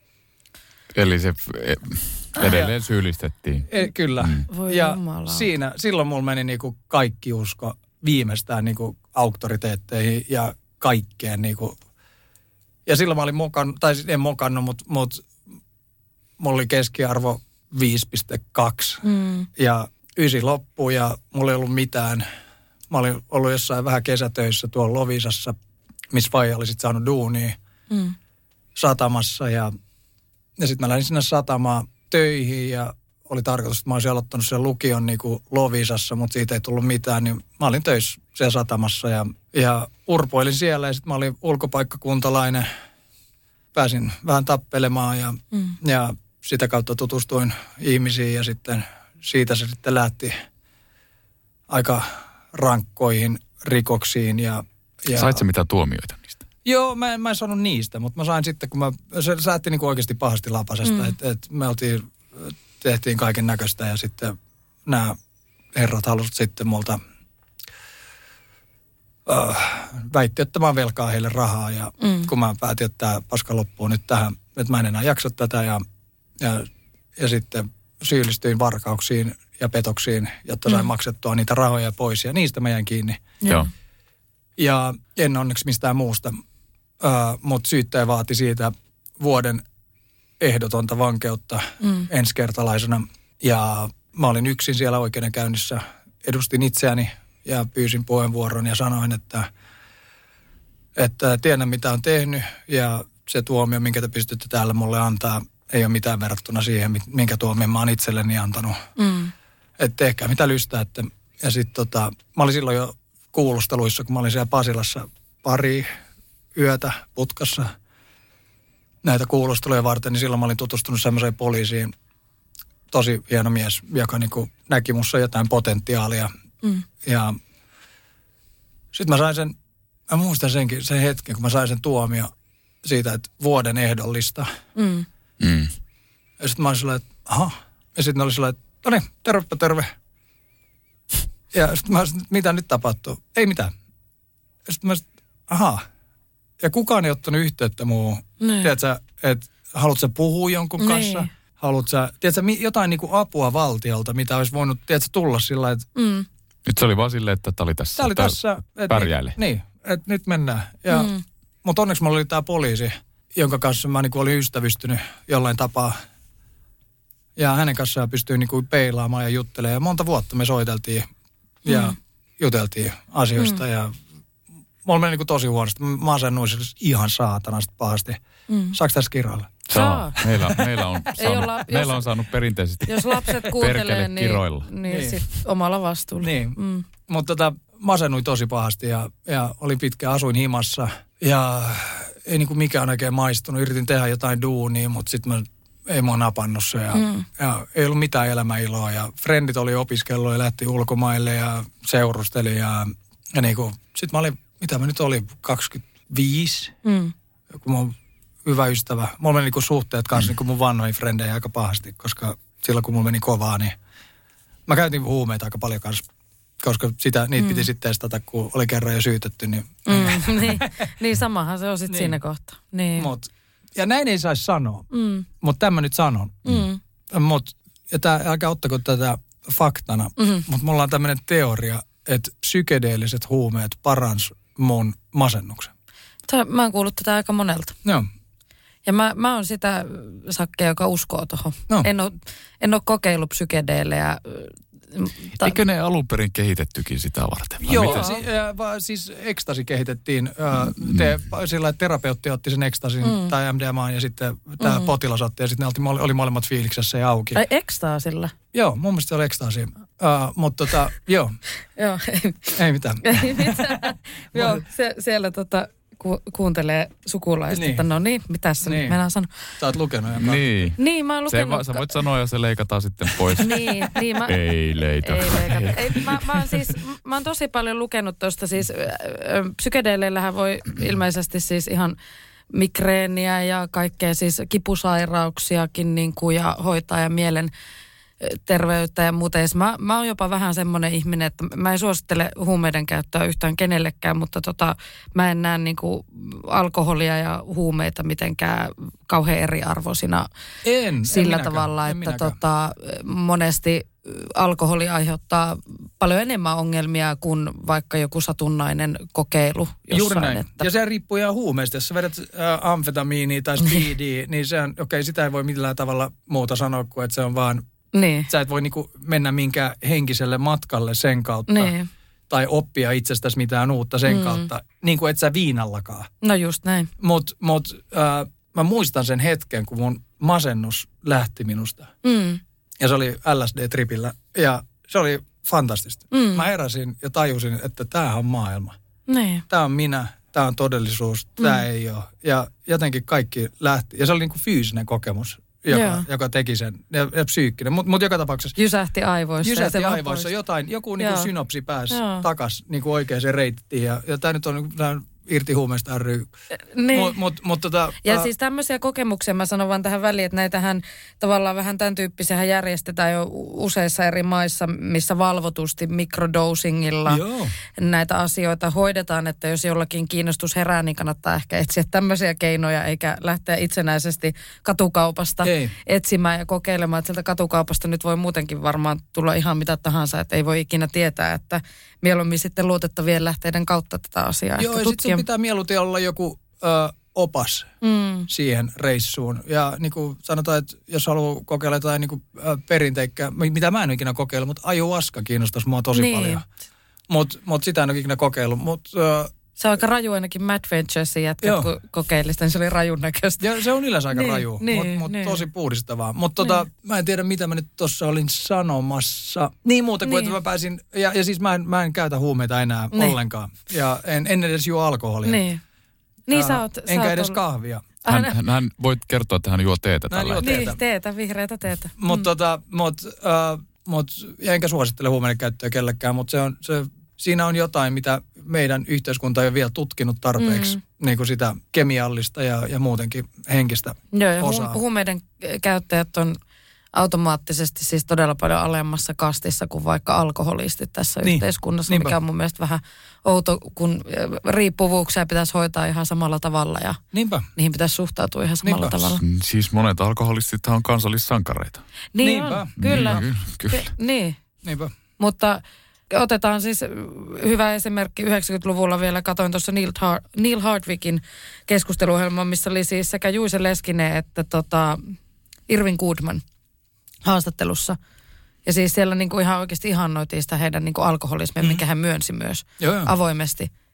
Eli se edelleen syyllistettiin. Kyllä. Ja silloin mulla meni niinku kaikki usko viimeistään niinku auktoriteetteihin ja kaikkeen. Niinku. Ja silloin mä olin mokannut, tai en mokannut, mutta mulla oli keskiarvo 5,2. Ja 9 loppui ja mulla ei ollut mitään. Mä olin ollut jossain vähän kesätöissä tuolla Lovisassa, missä faija oli sit saanut duunia satamassa. Ja sitten mä lähdin sinne satamaan töihin ja oli tarkoitus, että mä olisin aloittanut sen lukion niin kuin Lovisassa, mutta siitä ei tullut mitään. Niin mä olin töissä siellä satamassa ja urpoilin siellä ja sitten mä olin ulkopaikkakuntalainen. Pääsin vähän tappelemaan ja sitä kautta tutustuin ihmisiin ja sitten siitä se sitten lähti aika rankkoihin rikoksiin. Sait sä mitään tuomioita niistä? Joo, mä en saanut niistä, mutta mä sain sitten, kun se lähti niin kuin oikeasti pahasti lapasesta, että me tehtiin kaiken näköistä ja sitten nämä herrat halusivat sitten multa väitti, että mä velkaa heille rahaa ja kun mä päätin, että tämä paska loppuu nyt tähän, että mä en enää jaksa tätä ja sitten syyllistyin varkauksiin ja petoksiin, jotta sain maksettua niitä rahoja pois ja niistä mä jäin kiinni. Joo. Ja en onneksi mistään muusta, mutta syyttäjä vaati siitä vuoden ehdotonta vankeutta ensikertalaisena. Ja mä olin yksin siellä oikeudenkäynnissä, edustin itseäni ja pyysin puheenvuoron ja sanoin, että tiedän mitä on tehnyt ja se tuomio, minkä te pystytte täällä mulle antaa, ei ole mitään verrattuna siihen, minkä tuomion mä oon itselleni antanut. Että tehkää mitä lystäätte. Ja sitten mä olin silloin jo kuulusteluissa, kun mä olin siellä Pasilassa pari yötä putkassa näitä kuulusteluja varten, niin silloin mä olin tutustunut semmoiseen poliisiin, tosi hieno mies, joka niinku näki musta jotain potentiaalia. Ja sitten mä sain mä muistan sen hetken, kun mä sain sen tuomio siitä, että vuoden ehdollista. Ja sitten mä olin silleen, että aha. Ja sitten ne oli silleen, että no niin, terve. Ja sitten mä olisin, mitä nyt tapahtuu? Ei mitään. Ja sitten mä olisin, aha. Ja kukaan ei ottanut yhteyttä muuhun. Tiedätkö, että haluatko sä puhua jonkun kanssa? Haluatko sä, tiedätkö, jotain niinku apua valtiolta, mitä olisi voinut, tiedätkö, tulla sillä, että nyt se oli vaan silleen, että tää oli tässä. Pärjäile. Niin, että nyt mennään. Mutta onneksi mulla oli tää poliisi, jonka kanssa mä niinku olin ystävystynyt jollain tapaa. Ja hänen kanssaan pystyi niinku peilaamaan ja juttelemaan. Ja monta vuotta me soiteltiin ja juteltiin asioista. Ja mulla meni niin kuin tosi huonosti. Mä masennuin ihan saatanasti pahasti. Saako tässä kiroilla? Saa. Meillä on saanut perinteisesti jos lapset kuuntelee, kiroilla. niin sit omalla vastuulla. Niin, mutta masennuin tosi pahasti ja oli pitkään, asuin himassa ja ei niinku mikään oikein maistunut. Yritin tehdä jotain duunia, mutta sitten ei mua napannut se ja ei ollut mitään elämäiloa. Ja frendit oli opiskellut ja lähti ulkomaille ja seurusteli ja niinku, sit mä olin, mitä mä nyt olin, 25, kun mun hyvä ystävä. Mulla meni niinku suhteet kanssa niinku mun vanhoihin frendejä aika pahasti, koska silloin kun mulla meni kovaa, niin mä käytin huumeita aika paljon kanssa. Koska niitä piti sitten testata, kun oli kerran jo syytetty. Niin samahan se on sitten siinä kohtaa. Niin. Ja näin ei saisi sanoa, mutta tämän mä nyt sanon. Ja älkää ottako tätä faktana, mutta mulla on tämmöinen teoria, että psykedeelliset huumeet parans mun masennuksen. Mä oon kuullut tätä aika monelta. Joo. Ja mä oon sitä sakkea, joka uskoo tohon. No. En ole kokeillut psykedeelejä. Eikö ne alun perin kehitettykin sitä varten? Joo, siis ekstasi kehitettiin. Sillä terapeutti otti sen ekstasin tai MDMAn ja sitten tämä potilas otti ja sitten ne oli molemmat fiiliksessä ja auki. Ai ekstaasilla? Joo, mun mielestä se oli ekstaasi. Mutta joo. Joo. Ei mitään. Ei mitään. Joo, siellä kuuntelee sukulaista, että no niin, mitäs sä nyt mennään sanoa. Sä oot lukenut. Niin, mä oon lukenut. Sä voit sanoa ja se leikataan sitten pois. Ei leikata. Mä oon tosi paljon lukenut tuosta siis, psykedeeleillähän voi ilmeisesti siis ihan migreeniä ja kaikkea siis kipusairauksiakin niin kuin, ja hoitaa ja mielen terveyttä ja muuta. Mä oon jopa vähän semmoinen ihminen, että mä en suosittele huumeiden käyttöä yhtään kenellekään, mutta mä en näe niinku alkoholia ja huumeita mitenkään kauhean eriarvoisina sillä tavalla, että monesti alkoholi aiheuttaa paljon enemmän ongelmia kuin vaikka joku satunnainen kokeilu jossain. Juuri näin. Että ja se riippuu ihan huumeista. Jos sä vedät amfetamiinia tai speedia, niin sehän, sitä ei voi millään tavalla muuta sanoa kuin, että se on vaan niin. Sä et voi niinku mennä minkään henkiselle matkalle sen kautta. Niin. Tai oppia itsestäsi mitään uutta sen kautta. Niin kuin et sä viinallakaan. No just näin. Mut mä muistan sen hetken, kun mun masennus lähti minusta. Ja se oli LSD-tripillä. Ja se oli fantastista. Mä heräsin ja tajusin, että tämähän on maailma. Niin. Tää on minä, tää on todellisuus, tää ei ole. Ja jotenkin kaikki lähti. Ja se oli niinku fyysinen kokemus. Joka teki sen, ja psyykkinen, mutta joka tapauksessa. Jysähti aivoissa. Joku niinku synopsi pääsi takas niinku oikeaan reittiin, ja tämä nyt on irti huumeista ry. Niin. Ja siis tämmöisiä kokemuksia mä sanon vaan tähän väliin, että näitähän tavallaan vähän tämän tyyppisiähän järjestetään jo useissa eri maissa, missä valvotusti mikrodosingilla näitä asioita hoidetaan, että jos jollakin kiinnostus herää, niin kannattaa ehkä etsiä tämmöisiä keinoja, eikä lähteä itsenäisesti katukaupasta etsimään ja kokeilemaan, että sieltä katukaupasta nyt voi muutenkin varmaan tulla ihan mitä tahansa, että ei voi ikinä tietää, että mieluummin sitten luotettavien lähteiden kautta tätä asiaa. Joo, ja sitten pitää mieluiten olla joku opas siihen reissuun. Ja niin kuin sanotaan, että jos haluaa kokeilla jotain niin perinteikkä, mitä mä en ikinä kokeilla, mutta ayahuasca kiinnostaisi mua tosi paljon. Mutta sitä en ole ikinä kokeillut. Se on aika raju ainakin Mad Venturesin jätkä, kun kokeili sitä, niin se oli rajun näköistä. Ja se on yleensä aika raju, mutta tosi puhdistavaa. Mutta mä en tiedä, mitä mä nyt tuossa olin sanomassa. Niin muuta kuin, että mä pääsin, ja siis mä en käytä huumeita enää ollenkaan. Ja en edes juo alkoholia. Niin sä oot. Enkä edes kahvia. Hän voit kertoa, että hän juo teetä tällä hetkellä. Niin, teetä, vihreätä teetä. Ja enkä suosittele huumeiden käyttöä kellekään, mutta siinä on jotain, mitä meidän yhteiskunta ei ole vielä tutkinut tarpeeksi, niin kuin sitä kemiallista ja muutenkin henkistä osaa. Huumeiden käyttäjät on automaattisesti siis todella paljon alemmassa kastissa kuin vaikka alkoholistit tässä yhteiskunnassa, mikä on mun mielestä vähän outo, kun riippuvuuksia pitäisi hoitaa ihan samalla tavalla ja niihin pitäisi suhtautua ihan samalla tavalla. Siis monet alkoholistithan on kansallissankareita. Niin on, kyllä. Niinpä. Mutta otetaan siis hyvä esimerkki. 90-luvulla vielä katoin tuossa Neil Hardwickin keskusteluohjelman, missä oli siis sekä Juise Leskinen että Irvin Goodman haastattelussa. Ja siis siellä niinku ihan oikeasti ihannoitiin sitä heidän niinku alkoholismia, mikä hän myönsi myös avoimesti.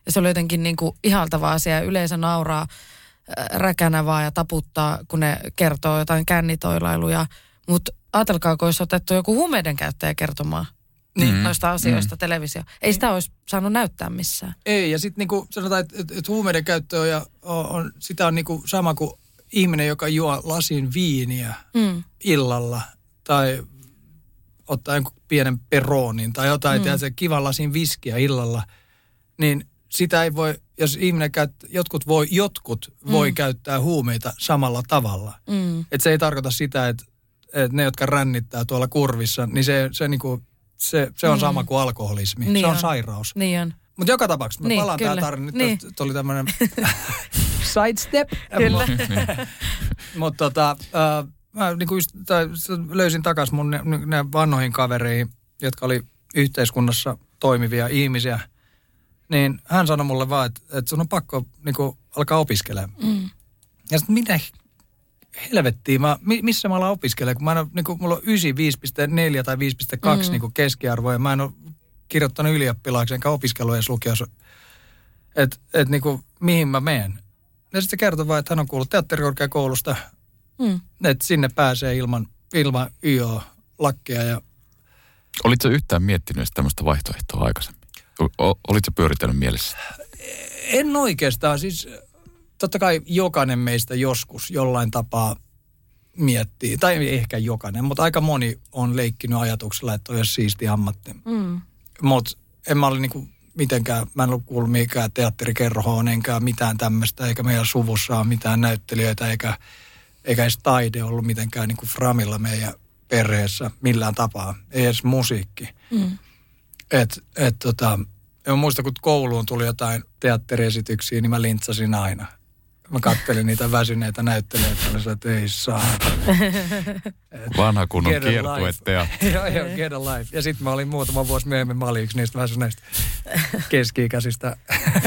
Ja se oli jotenkin niin kuin ihaltava asia. Yleensä nauraa räkänä vaan ja taputtaa, kun ne kertoo jotain kännitoilailuja. Mutta ajatelkaa, kun olisi otettu joku huumeiden käyttäjä kertomaan noista asioista televisio. Ei sitä olisi saanut näyttää missään. Ei, ja sitten niinku sanotaan, että huumeiden käyttö sitä on niinku sama kuin ihminen, joka juo lasin viiniä illalla tai ottaa jonkun pienen peronin tai jotain, kivan lasin viskiä illalla, niin sitä ei voi, jos ihminen jotkut voi käyttää huumeita samalla tavalla. Että se ei tarkoita sitä, että ne, jotka rännittää tuolla kurvissa, niin se on sama kuin alkoholismi. Niin se on sairaus. Niin on. Mutta joka tapauksessa, mä palaan tähän tarinaan. Nyt tuli tämmöinen sidestep. Kyllä. Mutta mä niinku löysin takaisin mun ne vanhoihin kavereihin, jotka oli yhteiskunnassa toimivia ihmisiä. Niin hän sanoi mulle vaan, että sun on pakko niinku alkaa opiskelemaan. Ja sitten mitä helvettiä, missä mä alan opiskelemaan, kun mä en ole, niinku, mulla on 95,4 tai 5,2 niinku keskiarvo, ja mä en ole kirjoittanut ylioppilaaksi enkä opiskellut edes lukiossa, että niinku, mihin mä menen. Ja sitten se kertoi vaan, että hän on kuullut teatterikorkeakoulusta, että sinne pääsee ilman YO-lakkia. Ja... Olitko yhtään miettinyt tämmöistä vaihtoehtoa aikaisemmin? Olitko pyöritellyt mielessä? En oikeastaan, siis totta kai jokainen meistä joskus jollain tapaa miettii, tai ei ehkä jokainen, mutta aika moni on leikkinyt ajatuksella, että olisi siisti ammatti. Mutta en mä ole niinku mitenkään, mä en ole kuullut mikään teatterikerhoon, enkä mitään tämmöistä, eikä meidän suvussa ole mitään näyttelijöitä, eikä edes taide ollut mitenkään niinku framilla meidän perheessä millään tapaa, ei edes musiikki. En muista, kun kouluun tuli jotain teatteriesityksiä, niin mä lintsasin aina. Mä kattelin niitä väsyneitä näyttelijöitä ja olin, että ei saa. Vanha kunnon kiertueteatteri. Joo, get a life. Ja sitten mä olin muutama vuosi myöhemmin, mä olin yksi niistä väsyneistä keski-ikäisistä,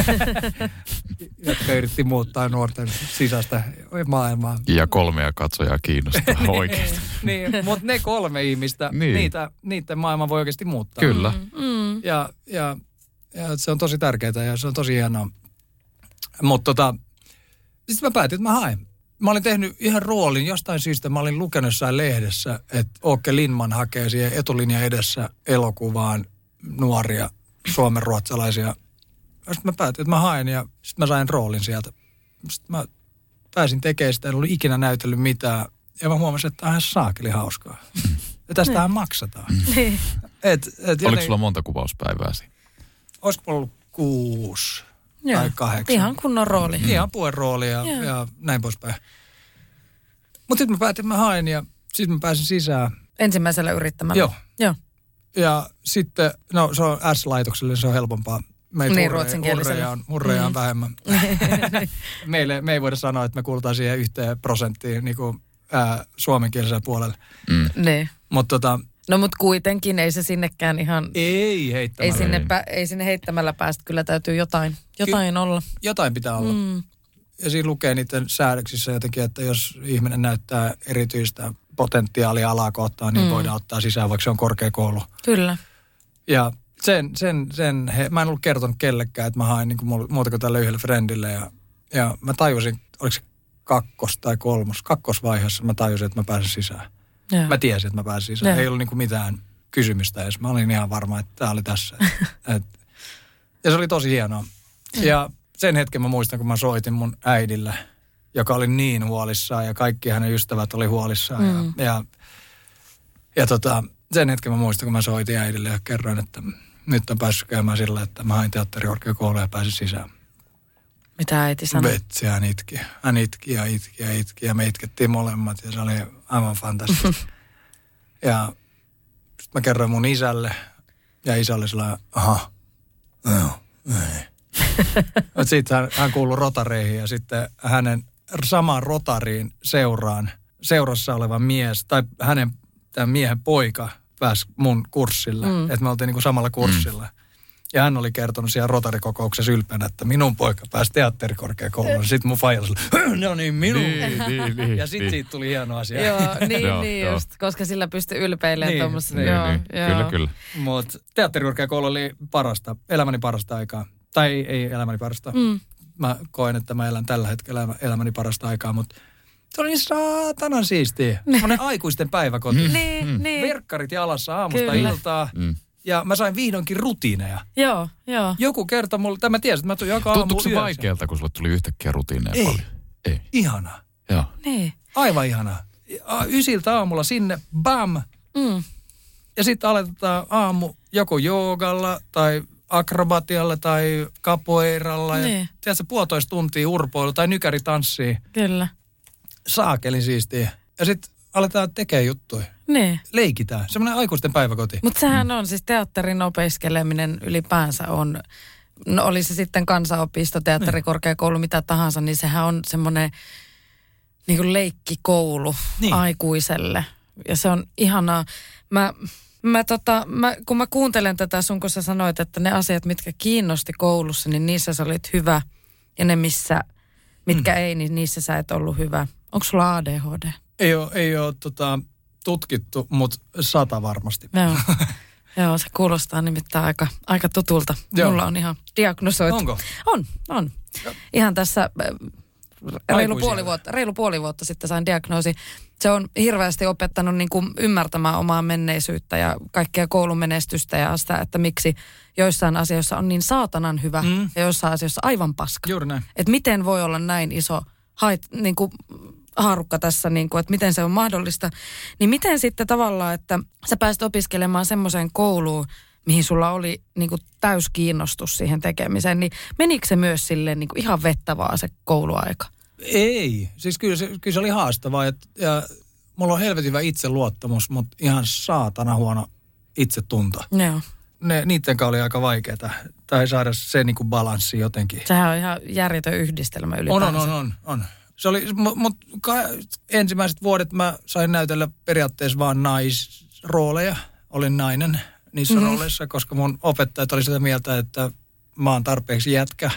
jotka yritti muuttaa nuorten sisäistä maailmaa. Ja 3 katsojaa kiinnostaa oikeasti. Niin, mutta ne 3 ihmistä, niiden maailma voi oikeasti muuttaa. Kyllä. Ja se on tosi tärkeää ja se on tosi hienoa. Mutta sitten mä päätin, että mä haen. Mä olin tehnyt ihan roolin jostain syystä. Mä olin lukenut jossain lehdessä, että Åke Lindman hakee siihen etulinjan edessä elokuvaan nuoria suomenruotsalaisia. Sitten mä päätin, että mä haen ja sitten mä sain roolin sieltä. Sitten mä pääsin tekemään sitä, en ollut ikinä näytellyt mitään. Ja mä huomasin, että tämä on ihan saakeli hauskaa. Ja tästähän maksataan. Oliko sulla monta kuvauspäivää siinä? Olisiko ollut 6 tai 8. Ihan kunnon rooli. Ihan rooli ja näin poispäin. Mutta sitten mä päätin, että mä haen ja sitten mä pääsin sisään. Ensimmäisellä yrittämällä? Joo. Ja sitten, se on S-laitokselle, se on helpompaa. Niin, ruotsinkielisellä. Hurreja on vähemmän. Me ei voida sanoa, että me kuulutaan siihen 1% niin kuin suomenkielisellä puolella. Niin. Mutta no mut kuitenkin ei se sinnekään ihan... Ei heittämällä. Ei sinne heittämällä päästä. Kyllä täytyy jotain olla. Jotain pitää olla. Ja siinä lukee niiden säädöksissä jotenkin, että jos ihminen näyttää erityistä potentiaalia alaa kohtaan, niin voidaan ottaa sisään, vaikka se on korkeakoulu. Kyllä. Ja mä en ollut kertonut kellekään, että mä hain niin kuin muuta kuin tälle yhdelle friendille. Ja mä tajusin, oliko se 2. tai 3. kakkosvaiheessa, mä tajusin, että mä pääsen sisään. Ja. Mä tiesin, että mä pääsin sisään. Ja. Ei ollut niinku mitään kysymystä edes. Mä olin ihan varma, että tää oli tässä. Ja se oli tosi hienoa. Ja sen hetken mä muistan, kun mä soitin mun äidille, joka oli niin huolissaan ja kaikki hänen ystävät oli huolissaan. Ja sen hetken mä muistan, kun mä soitin äidille ja kerroin, että nyt on päässyt käymään sillä, että mä hain teatterikorkeakouluun ja pääsin sisään. Mitä äiti sanoi? Vetsi, hän itki ja me itkettiin molemmat ja se oli aivan fantastista. Ja sitten mä kerroin mun isälle ja isä oli sellainen, sitten hän kuului rotareihin ja sitten hänen samaan rotariin seurassa oleva mies tai tämän miehen poika pääsi mun kurssille, että me oltiin niinku samalla kurssilla. Ja hän oli kertonut siellä rotarikokouksessa ylpeänä, että minun poika pääsi teatterikorkeakouluun. Sitten mun faija oli, no niin, minun. Niin. Ja sitten siitä tuli hieno asia. Joo, niin just, koska sillä pystyi ylpeilemään tuommoista. Niin. Kyllä. Mutta teatterikorkeakoulu oli elämäni parasta aikaa. Tai ei elämäni parasta. Mä koen, että mä elän tällä hetkellä elämäni parasta aikaa, mutta se oli niin saatanan siistiä. Semmoinen aikuisten päiväkoti. Niin. Verkkarit jalassa aamusta iltaa. Ja mä sain vihdoinkin rutiineja. Joo. Joku kerta mulle, tai mä tiesin, että mä tuin joka aamu Tuntuuko se vaikealta, kun sulle tuli yhtäkkiä rutiineja paljon? Ei. Ihanaa. Joo. Niin. Aivan ihanaa. 9 aamulla sinne, bam. Ja sitten aletetaan aamu joko joogalla tai akrobatialla tai capoeiralla. Niin. Ja tiedätkö, 1,5 tuntia urpoilu tai nykäritanssii. Kyllä. Saakeli siistiä. Ja sitten aletaan tekemään juttuja. Niin. Leikitään. Semmoinen aikuisten päiväkoti. Mutta sehän on, siis teatterin opiskeleminen ylipäänsä on, no oli se sitten kansanopisto, teatterikorkeakoulu, mitä tahansa, niin sehän on semmoinen niin kuin leikkikoulu aikuiselle. Ja se on ihanaa. Kun mä kuuntelen tätä sun, kun sä sanoit, että ne asiat, mitkä kiinnosti koulussa, niin niissä sä olit hyvä. Ja ne, mitkä ei, niin niissä sä et ollut hyvä. Onko sulla ADHD? Ei ole tutkittu, mutta 100 varmasti. Joo, se kuulostaa nimittäin aika tutulta. Joo. Mulla on ihan diagnosoitu. Onko? On. Ihan tässä reilu puoli vuotta sitten sain diagnoosi. Se on hirveästi opettanut niin kuin ymmärtämään omaa menneisyyttä ja kaikkea koulun menestystä ja sitä, että miksi joissain asioissa on niin saatanan hyvä ja joissain asioissa aivan paska. Juuri näin. Että miten voi olla näin iso niin kuin haarukka tässä, niin kuin, että miten se on mahdollista. Niin miten sitten tavallaan, että sä pääsit opiskelemaan semmoiseen kouluun, mihin sulla oli niin kuin täys kiinnostus siihen tekemiseen, niin menikö se myös silleen niin kuin ihan vettävää se kouluaika? Ei. Siis kyllä se oli haastavaa. Ja mulla on helvetin hyvä itseluottamus, mutta ihan saatana huono itsetunto. Joo. Niiden kanssa oli aika vaikeaa. Tai saada se niin kuin balanssi jotenkin. Sehän on ihan järjetön yhdistelmä ylipäänsä. On. Se oli, mutta ensimmäiset vuodet mä sain näytellä periaatteessa vaan naisrooleja. Olin nainen niissä rooleissa, koska mun opettajat oli sitä mieltä, että mä oon tarpeeksi jätkä.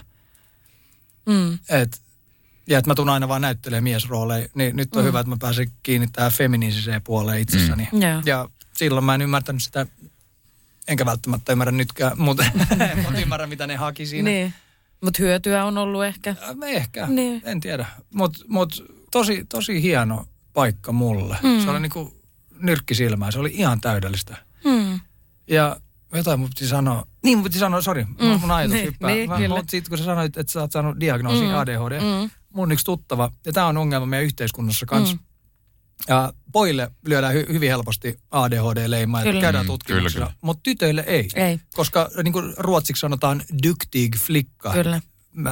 Ja että mä tuun aina vaan näyttelemään miesrooleja. Niin nyt on hyvä, että mä pääsen kiinni tähän feminiiniseen puoleen itsessäni. Ja silloin mä en ymmärtänyt sitä, enkä välttämättä ymmärrä nytkään, mutta ymmärrän, mitä ne haki siinä. Niin. Mutta hyötyä on ollut ehkä. Ehkä, en tiedä. Mutta tosi hieno paikka mulle. Se oli niinku nyrkkisilmää, se oli ihan täydellistä. Ja jotain mun piti sanoa. Sori, mun ajatus hyppää. Mutta sitten kun sä sanoit, että sä oot saanut diagnoosin ADHD, mun yksi tuttava, ja tää on ongelma meidän yhteiskunnassa kanssa. Ja pojille lyödään hyvin helposti ADHD-leimaa, että käydään tutkimuksessa, mutta tytöille ei. Koska niin kuin ruotsiksi sanotaan duktig flicka. Kyllä.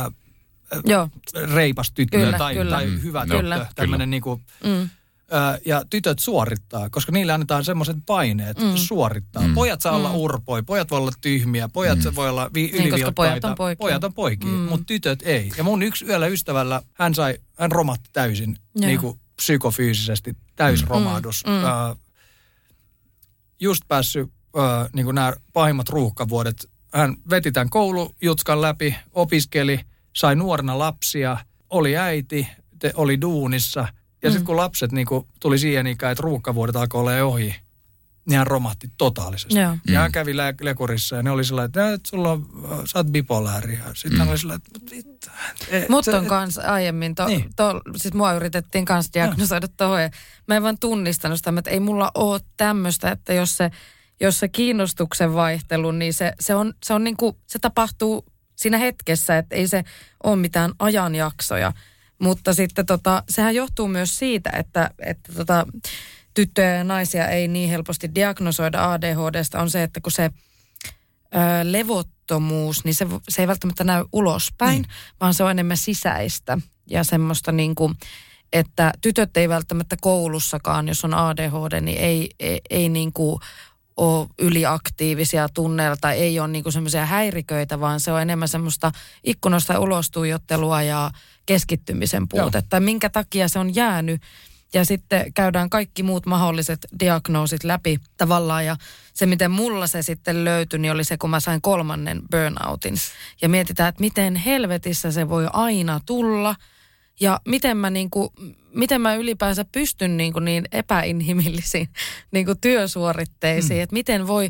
Reipas tyttö tai hyvä tyttö. Tämmöinen niin kuin, ja tytöt suorittaa, koska niille annetaan semmoiset paineet suorittaa. Pojat saa olla urpoja, pojat voi olla tyhmiä, pojat voi olla ylivilkkaita. Pojat on poikia, mutta tytöt ei. Ja mun yksi yöllä ystävällä, hän romahti täysin niin kuin psykofyysisesti, täysromahdus. Just päässyt niin kuin nämä pahimmat ruuhkavuodet. Hän veti tämän koulujutskan läpi, opiskeli, sai nuorena lapsia, oli äiti, oli duunissa. Ja sitten kun lapset niin kun tuli siihen ikään, että ruuhkavuodet alkoi olla ohi, niin hän romahti totaalisesti. Ja hän kävi lekurissa ja ne oli sellainen, että sä oot bipolääri. Sitten hän oli sellainen, että Mutta on kans aiemmin, siis mua yritettiin kans diagnosoida tuohon ja mä en vaan tunnistanut sitä, että ei mulla ole tämmöistä, että jos se kiinnostuksen vaihtelu, niin se on niinku, se tapahtuu siinä hetkessä, että ei se ole mitään ajanjaksoja. Mutta sitten sehän johtuu myös siitä, että tyttöjä ja naisia ei niin helposti diagnosoida ADHDsta, on se, että kun se levottomuus, niin se ei välttämättä näy ulospäin, vaan se on enemmän sisäistä ja semmoista niin kuin, että tytöt ei välttämättä koulussakaan, jos on ADHD, niin ei niin kuin ole yliaktiivisia tunneilta, ei ole niin kuin semmoisia häiriköitä, vaan se on enemmän semmoista ikkunasta ulos tuijottelua ja keskittymisen puutetta. Minkä takia se on jäänyt ja sitten käydään kaikki muut mahdolliset diagnoosit läpi tavallaan ja se miten mulla se sitten löytyi, niin oli se kun mä sain 3. burnoutin ja mietitään, että miten helvetissä se voi aina tulla ja miten mä ylipäänsä pystyn niin epäinhimillisiin työsuoritteisiin, että miten voi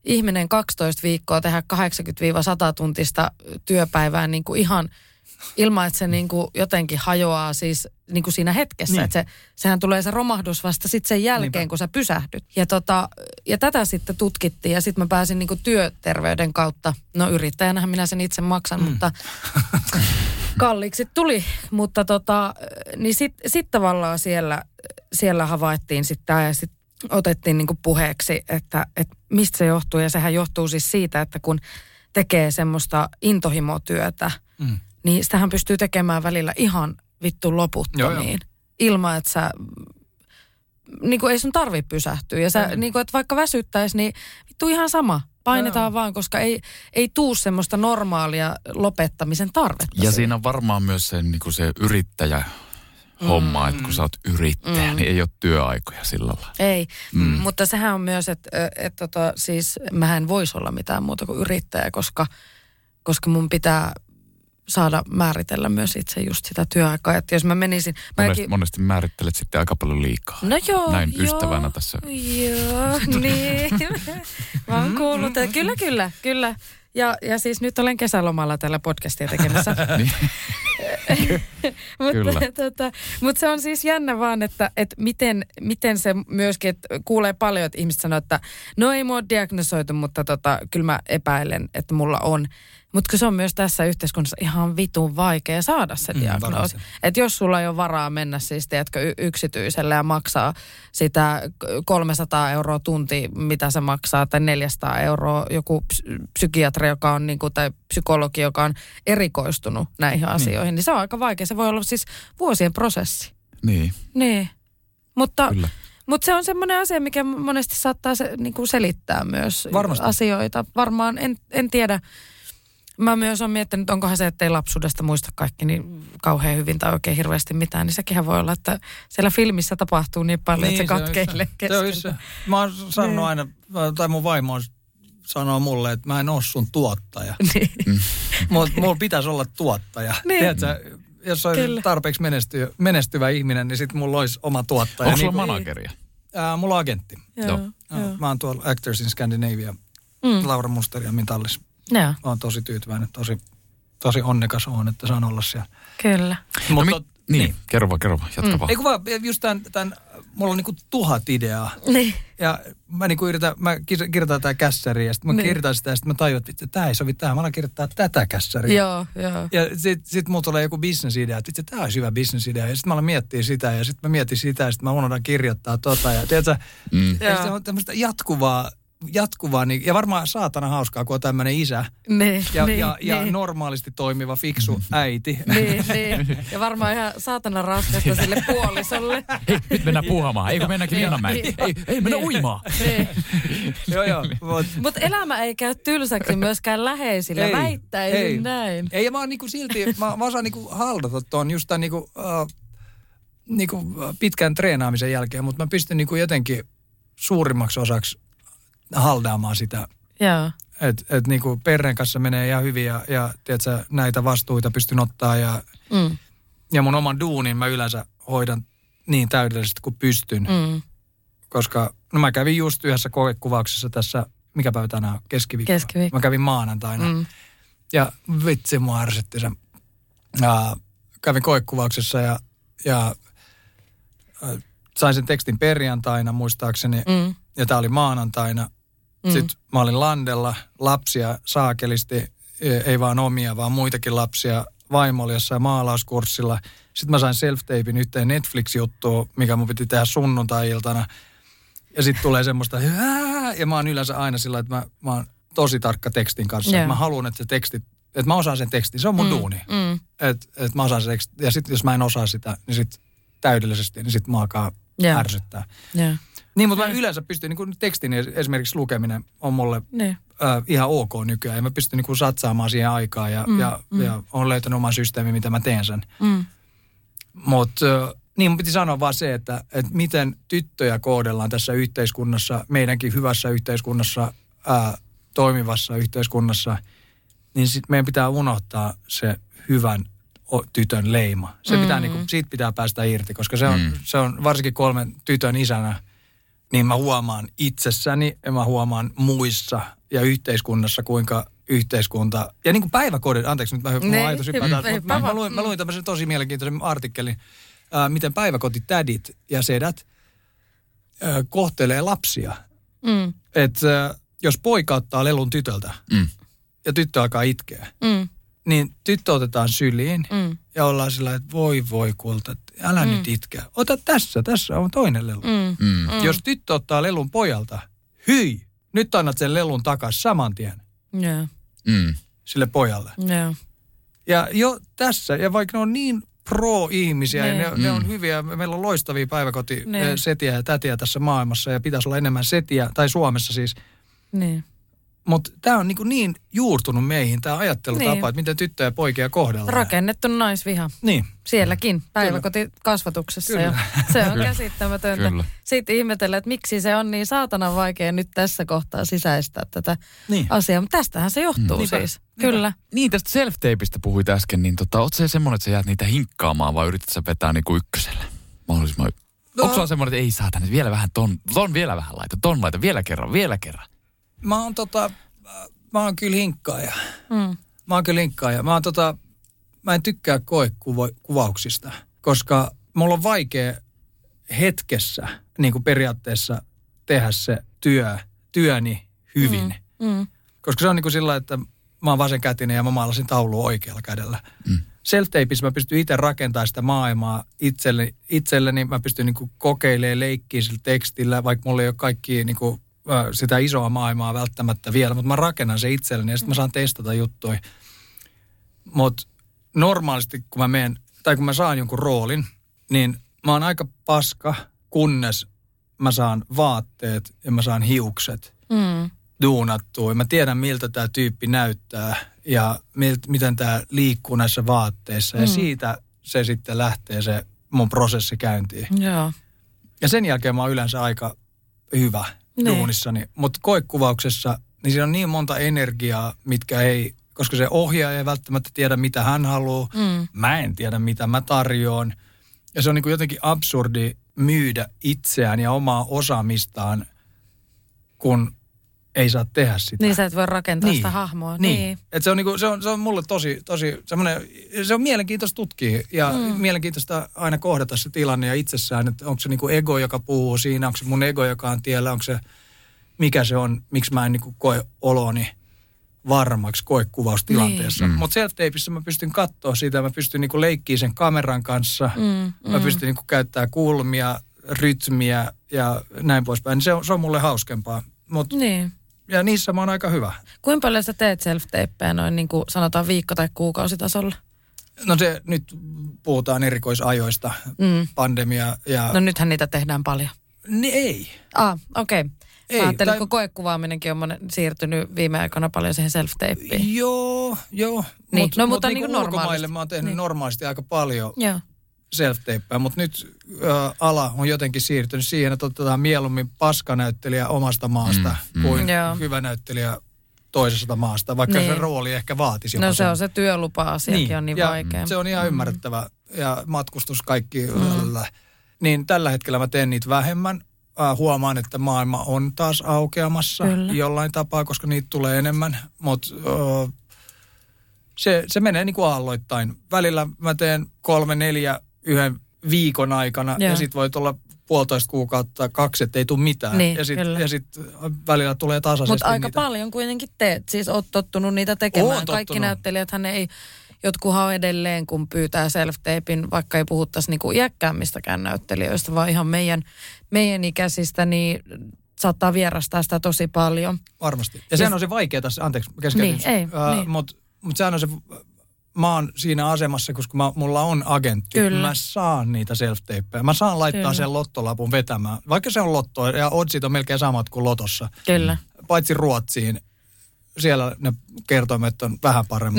ihminen 12 viikkoa tehdä 80-100 tuntista työpäivää niin kuin ihan ilman, että se niin kuin jotenkin hajoaa siis niin kuin siinä hetkessä. Niin. Että sehän tulee se romahdus vasta sitten sen jälkeen, kun sä pysähdyt. Ja tätä sitten tutkittiin ja sitten mä pääsin niin kuin työterveyden kautta. No yrittäjänähän minä sen itse maksan, mutta kalliiksi tuli. Mutta niin sit tavallaan siellä havaittiin sitten ja sitten otettiin niin kuin puheeksi, että mistä se johtuu. Ja sehän johtuu siis siitä, että kun tekee semmoista intohimotyötä, niin sitähän pystyy tekemään välillä ihan vittu loputtomiin. Ilman, että sä, niin kuin ei sun tarvitse pysähtyä. Ja sä, niin kuin, että vaikka väsyttäisi, niin vittu ihan sama. Painetaan vaan, koska ei tuu semmoista normaalia lopettamisen tarvetta. Ja siinä on varmaan myös se, niin kuin se yrittäjä homma, että kun sä oot yrittäjä, niin ei ole työaikoja sillä lailla. Ei, mutta sehän on myös, että siis mähän en voisi olla mitään muuta kuin yrittäjä, koska mun pitää saada määritellä myös itse just sitä työaikaa. Että jos mä menisin... Monesti määrittelet sitten aika paljon liikaa. No joo. Näin ystävänä tässä. Joo, niin. Mä oon kuullut. Kyllä. Ja siis nyt olen kesälomalla tällä podcastia tekemässä. Mutta se on siis jännä vaan, että miten se myöskin, että kuulee paljon, että ihmiset sanoo, että no ei mua diagnosoitu, mutta kyllä mä epäilen, että mulla on. Mutta se on myös tässä yhteiskunnassa ihan vitun vaikea saada se diagnoosi. Että jos sulla ei ole varaa mennä siis, tiedätkö, yksityiselle ja maksaa sitä 300 € tunti, mitä se maksaa, tai 400 € joku psykiatri, joka on niin kuin, tai psykologi, joka on erikoistunut näihin asioihin, niin se on aika vaikea. Se voi olla siis vuosien prosessi. Niin. Mutta se on semmoinen asia, mikä monesti saattaa niin kuin selittää myös asioita. Varmaan, en tiedä. Mä myös olen miettinyt, onkohan se, että ei lapsuudesta muista kaikki niin kauhean hyvin tai oikein hirveästi mitään, niin sekinhän voi olla, että siellä filmissä tapahtuu niin paljon, että se katkeilee keskellä. Mä oon sanonut aina, tai mun vaimo sanoo mulle, että mä en ole sun tuottaja. Mulla pitäisi olla tuottaja. Niin. Tiedätkö, jos olisi tarpeeksi menestyvä ihminen, niin sitten mulla olisi oma tuottaja. Onko sulla manageria? Mulla on agentti. Joo. Mä oon tuolla Actors in Scandinavia, Laura Muster ja Mintallis. Mä oon tosi tyytyväinen, tosi onnekas oon, että saan olla siellä. Kyllä. Mutta, niin. Kerro vaan, jatka vaan. Ei kun vaan, just mulla on niinku 1000 ideaa. Niin. Ja mä niinku mä kirjoitan tää kässäriä, ja sitten mä kirjoitan sitä, ja sitten mä tajuan, että tää ei sovi tähän, mä alan kirjoittaa tätä kässäriä. Joo. Ja sit mulla tulee joku bisnesidea, että tää olisi hyvä bisnesidea, ja sitten mä alan miettiä sitä, ja sitten mä mietin sitä, ja sitten mä unohdan kirjoittaa ja tiedätkö, se on tämmöistä jatkuvaa, ja varmaan saatana hauskaa, kun on tämmöinen isä ja normaalisti toimiva fiksu äiti. Niin. Ja varmaan ihan saatana raskasta sille puolisolle. Hei, nyt mennään puuhamaan. Eikö mennäkin Linnanmäen? Ei mennä uimaan. Joo. Mutta elämä ei käy tylsäksi myöskään läheisille. Väittäisin näin. Ei, ja mä oon niinku silti, mä osaan niinku haldata tuon just tämän niinku pitkän treenaamisen jälkeen, mutta mä pystyn niinku jotenkin suurimmaksi osaksi haldaamaan sitä. Joo. Että niinku perheen kanssa menee ihan hyvin ja tiedätkö, näitä vastuita pystyn ottaa ja mun oman duunin mä yleensä hoidan niin täydellisesti kuin pystyn. Koska mä kävin just yhdessä koekuvauksessa tässä, mikä päivä tänään keskiviikko. Mä kävin maanantaina. Ja vitsi mua ärsytti se. Kävin koekuvauksessa ja sain sen tekstin perjantaina muistaakseni. Ja tää oli maanantaina. Sitten mä olin landella, lapsia saakelisti, ei vaan omia, vaan muitakin lapsia. Vaimo oli jossain maalauskurssilla. Sitten mä sain self-tapein yhteen Netflix-juttua, mikä mun piti tehdä sunnuntai-iltana. Ja sitten tulee semmoista, ja mä oon yleensä aina sillä, että mä oon tosi tarkka tekstin kanssa. Että mä haluan, että se teksti, että mä osaan sen tekstin. Se on mun duuni. Että mä osaan sen tekstin. Ja sitten jos mä en osaa sitä, niin sitten täydellisesti, niin sitten mä alkaa ärsyttää. Niin, mutta mä yleensä pystyn, niin kuin tekstin esimerkiksi lukeminen on mulle ihan ok nykyään. Ja mä pystyn niin kuin satsaamaan siihen aikaan ja olen löytänyt oman systeemin, mitä mä teen sen. Mutta niin mun piti sanoa vaan se, että miten tyttöjä kohdellaan tässä yhteiskunnassa, meidänkin hyvässä yhteiskunnassa, toimivassa yhteiskunnassa, niin sit meidän pitää unohtaa se hyvän tytön leima. Se pitää, niin kuin, siitä pitää päästä irti, koska se on varsinkin 3 tytön isänä, niin mä huomaan itsessäni ja mä huomaan muissa ja yhteiskunnassa, kuinka yhteiskunta, ja niin kuin päiväkodit, anteeksi nyt mä ajatus mä luin tämmöisen tosi mielenkiintoisen artikkelin, miten päiväkotitädit ja sedät kohtelee lapsia. Että jos poika ottaa lelun tytöltä ja tyttö alkaa itkeä, niin tyttö otetaan syliin ja ollaan sillä, että voi kulta, älä nyt itkeä. Ota tässä on toinen lelu. Jos tyttö ottaa lelun pojalta, hyi, nyt annat sen lelun takaisin saman tien. Sille pojalle. Ja jo tässä, ja vaikka ne on niin pro-ihmisiä, ja ne on hyviä, meillä on loistavia päiväkotisetiä ja tätiä tässä maailmassa, ja pitäisi olla enemmän setiä, tai Suomessa siis. Mutta tämä on niin juurtunut meihin, tämä ajattelutapa, että miten tyttöjä ja poikia kohdellaan. Rakennettu naisviha. Niin. Sielläkin, päiväkotikasvatuksessa. Ja se on käsittämätöntä. Kyllä. Sitten ihmetellä, että miksi se on niin saatana vaikea nyt tässä kohtaa sisäistää tätä asiaa. Mutta tästähän se johtuu siis. Kyllä. Niin, tästä self-tapeista puhuit äsken, niin ootko se semmoinen, että sä jäät niitä hinkkaamaan vai yrität sä vetää niinku ykkösellä? Mahdollisimman. Onko sulla semmoinen, että ei saatana, vielä vähän ton vielä vähän laita, vielä kerran. Mä oon kyllä hinkkaaja. Mä en tykkää koekuvauksista, koska mulla on vaikea hetkessä niin kuin periaatteessa tehdä se työni hyvin. Koska se on niin kuin sillä, että mä oon vasenkätinen ja mä maalasin taulua oikealla kädellä. Self-tapeissa mä pystyn itse rakentamaan sitä maailmaa itselleni. Mä pystyn niin kuin kokeilemaan, leikkiä sillä tekstillä, vaikka mulla ei ole kaikki niin kuin sitä isoa maailmaa välttämättä vielä, mutta mä rakennan se itselleni ja sitten mä saan testata juttuja. Mutta normaalisti, kun mä saan jonkun roolin, niin mä oon aika paska, kunnes mä saan vaatteet ja mä saan hiukset duunattua. Mä tiedän, miltä tämä tyyppi näyttää ja miten tämä liikkuu näissä vaatteissa. Ja siitä se sitten lähtee se mun prosessi käyntiin. Ja sen jälkeen mä oon yleensä aika hyvä duunissani. Mutta koekuvauksessa, niin siinä on niin monta energiaa, mitkä ei, koska se ohjaaja ei välttämättä tiedä, mitä hän haluaa. Mä en tiedä, mitä mä tarjoan. Ja se on niin kuin jotenkin absurdi myydä itseään ja omaa osaamistaan, kun ei saa tehdä sitä. Niin sä et voi rakentaa sitä hahmoa. Niin. Et se on niinku, se on mulle tosi semmoinen, se on mielenkiintoista tutkia ja mielenkiintoista aina kohdata se tilanne ja itsessään, että onko se niinku ego, joka puhuu siinä, onko se mun ego, joka on tiellä, onko se, mikä se on, miksi mä en niinku koe oloni varmaksi koekuvaustilanteessa. Mutta self-tapeissa mä pystyn katsoa sitä, mä pystyn niinku leikkiä sen kameran kanssa, mä pystyn niinku käyttää kulmia, rytmiä ja näin poispäin. Se on mulle hauskempaa. Ja niissä mä oon aika hyvä. Kuinka paljon sä teet self-tapeja noin niin kuin sanotaan viikko- tai kuukausitasolla? No se nyt puhutaan erikoisajoista, pandemia ja... No nythän niitä tehdään paljon. Niin ei. Okei. Mä ajattelin, kun koekuvaaminenkin on siirtynyt viime aikoina paljon siihen self-tapeen. Joo. Niin. Mutta niin ulkomaille mä oon tehnyt normaalisti aika paljon self-tapeja, mutta nyt ala on jotenkin siirtynyt siihen, että otetaan mieluummin paskanäyttelijä omasta maasta kuin hyvä näyttelijä toisesta maasta, vaikka se rooli ehkä vaatisi. No se on se työlupa-asiakin on niin vaikea. Se on ihan ymmärrettävä ja matkustus kaikki. Niin tällä hetkellä mä teen niitä vähemmän. Huomaan, että maailma on taas aukeamassa jollain tapaa, koska niitä tulee enemmän, mutta se menee niin kuin aalloittain. Välillä mä teen 3-4 yhden viikon aikana ja sit voi tulla 1,5 kuukautta, 2, ettei tule mitään. Niin, ja sit välillä tulee tasaisesti mutta aika paljon kuitenkin teet. Siis oot tottunut niitä tekemään. Kaikki näyttelijäthän ei, jotkuhan on edelleen, kun pyytää self-tapein, vaikka ei puhuttaisi niinku iäkkäämmistäkään näyttelijöistä, vaan ihan meidän ikäisistä, niin saattaa vierastaa sitä tosi paljon. Varmasti. Ja sehän on se vaikea tässä, anteeksi, keskeytin. Mutta sehän on se... Mä oon siinä asemassa, koska mulla on agentti. Mä saan niitä self-tapeja. Mä saan laittaa sen lottolapun vetämään. Vaikka se on lotto ja oddsit on melkein samat kuin lotossa. Kyllä. Paitsi Ruotsiin. Siellä ne kertoimet on vähän paremmat.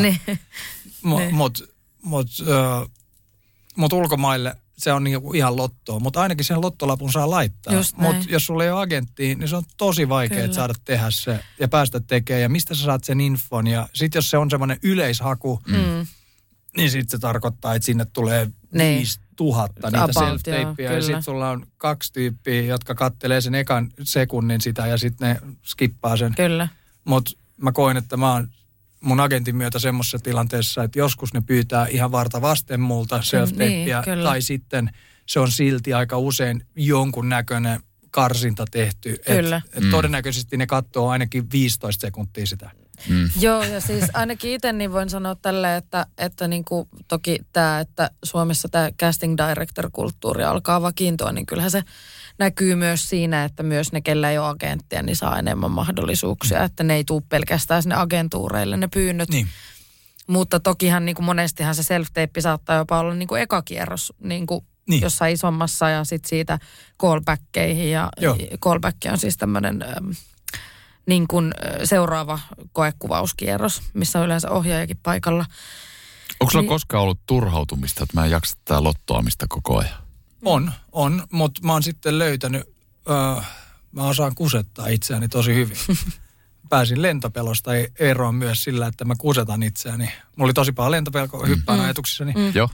Mutta ulkomaille se on ihan lottoa. Mutta ainakin sen lottolapun saa laittaa. Mutta jos sulla ei ole agenttia, niin se on tosi vaikea saada tehdä se ja päästä tekemään. Ja mistä sä saat sen infon. Ja sitten jos se on semmoinen yleishaku, niin sitten se tarkoittaa, että sinne tulee 5000 niitä self-tapeja. Ja sitten sulla on 2 tyyppiä, jotka kattelee sen ekan sekunnin sitä ja sitten ne skippaa sen. Kyllä. Mutta mä koen, että mä oon mun agentin myötä semmoisessa tilanteessa, että joskus ne pyytää ihan varta vasten multa self-tapea, tai sitten se on silti aika usein jonkun näköinen karsinta tehty. Todennäköisesti ne katsoo ainakin 15 sekuntia sitä. Joo, ja siis ainakin itse niin voin sanoa tälleen, että niin kuin toki tämä, että Suomessa tämä casting director-kulttuuri alkaa vakiintua, niin kyllähän se näkyy myös siinä, että myös ne, kellä ei ole agenttia, niin saa enemmän mahdollisuuksia, että ne ei tule pelkästään sinne agentuureille ne pyynnöt. Niin. Mutta tokihan niin kuin monestihan se self-tape saattaa jopa olla niin kuin eka kierros niin kuin jossain isommassa ja sitten siitä callbackkeihin. Ja callback on siis tämmöinen niin kuin seuraava koekuvauskierros, missä on yleensä ohjaajakin paikalla. Onko sulla koskaan ollut turhautumista, että mä en jaksa tätä lottoamista koko ajan? On, mutta mä oon sitten löytänyt, mä osaan kusettaa itseäni tosi hyvin. Pääsin lentopelosta eroon myös sillä, että mä kusetan itseäni. Mulla oli tosi paha lentopelko, hyppään ajatuksissani.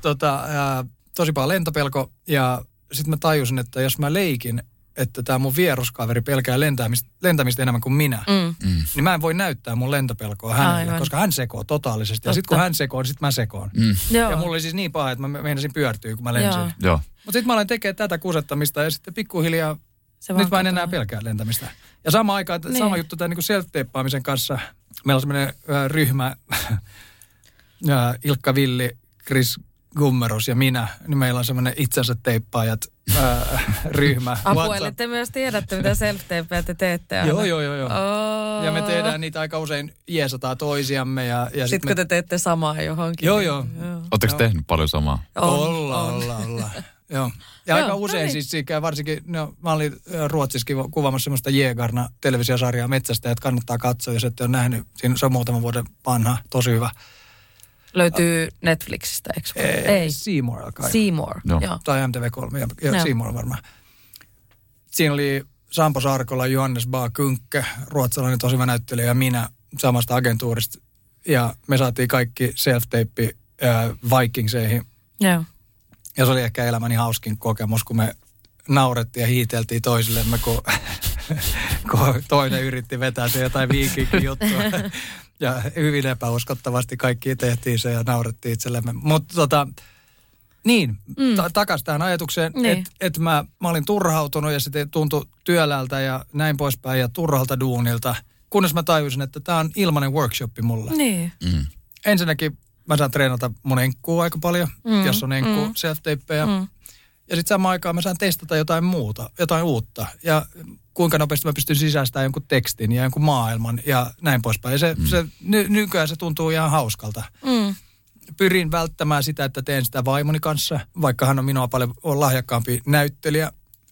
Tosi paha lentopelko ja sitten mä tajusin, että jos mä leikin, että tämä mun vieruskaveri pelkää lentämistä enemmän kuin minä, niin mä en voi näyttää mun lentopelkoa hänelle, koska hän sekoo totaalisesti. Ja sitten kun hän sekoo, niin sitten mä sekoon. Ja mulla oli siis niin paha, että mä meinasin pyörtyä, kun mä lensin. Mutta sitten mä aloin tekemään tätä kusettamista ja sitten pikkuhiljaa, nyt mä en enää pelkää lentämistä. Ja sama juttu tämän niin self-teippaamisen kanssa. Meillä on semmoinen ryhmä, Ilkka Villi, Chris Gummerus ja minä, niin meillä on semmoinen itsensä teippaajat ryhmä. Apua, eli te myös tiedätte, mitä self-tapeja te teette aina. Joo. Ja me tehdään niitä aika usein jeesataan toisiamme. Sitten kun te teette samaa johonkin. Joo. Oletteko tehnyt paljon samaa? Ollaan. Joo. Ja aika usein siis varsinkin, mä olin Ruotsissakin kuvaamassa semmoista Jägarna televisiosarjaa metsästä, että kannattaa katsoa, jos ette ole nähnyt. Se on muutaman vuoden vanha, tosi hyvä. Löytyy Netflixistä, eikö? Ei. Seymour kai. Seymour, joo. Tai MTV3, ja Seymour varmaan. Siinä oli Sampo Sarkola, Johannes Baa-Kynkke, ruotsalainen tosi hyvä näyttelijä, ja minä samasta agentuurista. Ja me saatiin kaikki self-tape Vikingseihin. Joo. Ja se oli ehkä elämäni hauskin kokemus, kun me naurettiin ja hiiteltiin toisillemme, kun toinen yritti vetää se jotain viikinkin juttua. Ja hyvin epäuskottavasti kaikki tehtiin se ja naurettiin itsellemme. Mutta takaisin tähän ajatukseen, että mä olin turhautunut ja se tuntui työläältä ja näin poispäin ja turhalta duunilta. Kunnes mä tajusin, että tämä on ilmainen workshoppi mulle. Niin. Ensinnäkin mä saan treenata mun enkkua aika paljon, jos on enkku self-tapeja. Ja sitten samaan aikaan mä saan testata jotain muuta, jotain uutta. Ja kuinka nopeasti mä pystyn sisäistämään jonkun tekstin ja jonkun maailman ja näin poispäin. Ja nykyään se tuntuu ihan hauskalta. Pyrin välttämään sitä, että teen sitä vaimoni kanssa, vaikka hän on minua paljon lahjakkaampi näyttelijä.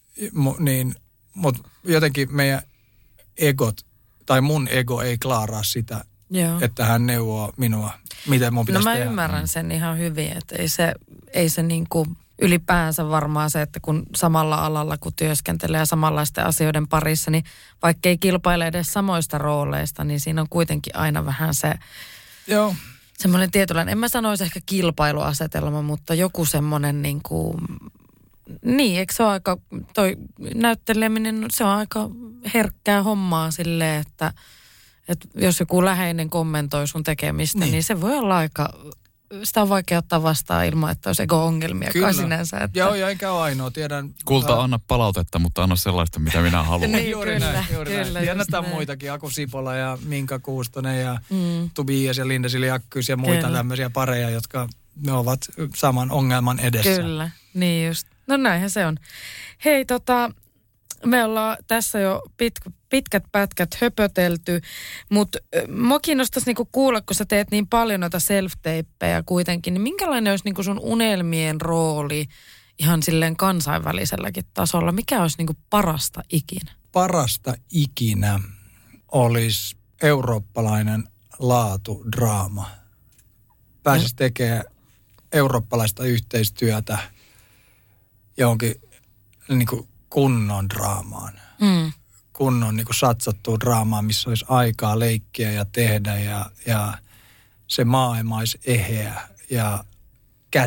Mutta jotenkin meidän egot, tai mun ego ei klaaraa sitä, että hän neuvoo minua, miten mun pitäisi tehdä. No mä ymmärrän sen ihan hyvin, että ei se niinku ylipäänsä varmaan se, että kun samalla alalla kun työskentelee samanlaisten asioiden parissa, niin vaikka ei kilpaile edes samoista rooleista, niin siinä on kuitenkin aina vähän se semmoinen tietynlainen, en mä sanoisi ehkä kilpailuasetelma, mutta joku semmoinen eikö se ole aika, toi näytteleminen, se on aika herkkää hommaa silleen, että jos joku läheinen kommentoi sun tekemistä, niin se voi olla aika, sitä on vaikea ottaa vastaan ilman, että olisi ego-ongelmia sinänsä. Että joo, enkä ole ainoa, tiedän. Kulta, anna palautetta, mutta anna sellaista, mitä minä haluan. Niin, juuri näin. Tiedetään muitakin, Aku Sipola ja Minka Kuustonen ja Tobias ja Linda Siljakkys ja muita tämmöisiä pareja, jotka ne ovat saman ongelman edessä. Kyllä, niin just. No näinhän se on. Hei, me ollaan tässä jo pitkät pätkät höpötelty, mutta mua kiinnostaisi niinku kuulla, kun sä teet niin paljon noita self-tapeja kuitenkin, niin minkälainen olisi niinku sun unelmien rooli ihan silleen kansainväliselläkin tasolla? Mikä olisi niinku parasta ikinä? Parasta ikinä olisi eurooppalainen laatudraama. Pääsisi tekemään eurooppalaista yhteistyötä johonkin niinku kunnon draamaan. Kunnon niin kuin satsattua draamaa, missä olisi aikaa leikkiä ja tehdä ja se maailma olisi eheä ja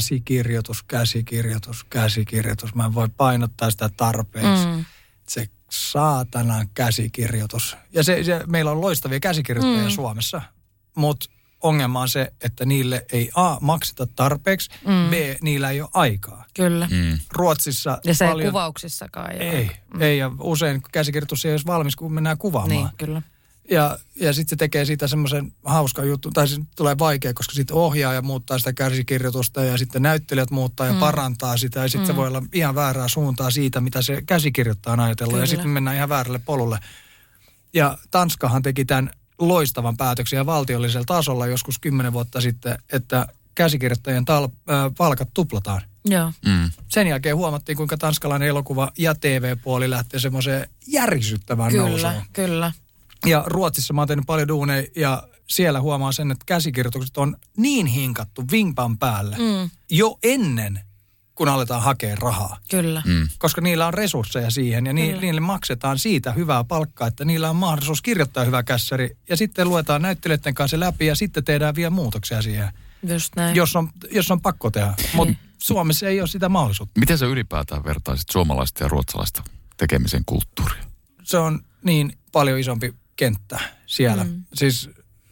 käsikirjoitus. Mä en voi painottaa sitä tarpeeksi. saatanan käsikirjoitus. Ja meillä on loistavia käsikirjoittajia Suomessa, mutta ongelma on se, että niille ei A, makseta tarpeeksi, B, niillä ei ole aikaa. Kyllä. Ruotsissa ja se paljon... ei kuvauksissakaan. Ei, ja usein käsikirjoitus ei ole valmis, kun mennään kuvaamaan. Niin, kyllä. Ja sitten se tekee siitä semmoisen hauskan jutun, tai se tulee vaikea, koska sitten ohjaaja muuttaa sitä käsikirjoitusta ja sitten näyttelijät muuttaa ja parantaa sitä. Ja sitten se voi olla ihan väärää suuntaa siitä, mitä se käsikirjoittaja on ajatellut. Kyllä. Ja sitten mennään ihan väärälle polulle. Ja Tanskahan teki tämän loistavan päätöksen ja valtiollisella tasolla joskus 10 vuotta sitten, että käsikirjoittajien palkat tuplataan. Joo. Sen jälkeen huomattiin, kuinka tanskalainen elokuva ja TV-puoli lähtee semmoiseen järisyttävään nousuun. Kyllä. Ja Ruotsissa mä oon tehnyt paljon duuneja ja siellä huomaa sen, että käsikirjoitukset on niin hinkattu vimpan päälle jo ennen, kun aletaan hakea rahaa. Kyllä. Koska niillä on resursseja siihen ja niille maksetaan siitä hyvää palkkaa, että niillä on mahdollisuus kirjoittaa hyvä kässäri ja sitten luetaan näyttelijöiden kanssa läpi ja sitten tehdään vielä muutoksia siihen. Just näin. Jos on pakko tehdä. Mutta Suomessa ei ole sitä mahdollisuutta. Miten sä ylipäätään vertaisit suomalaista ja ruotsalaista tekemisen kulttuuria? Se on niin paljon isompi kenttä siellä. Siis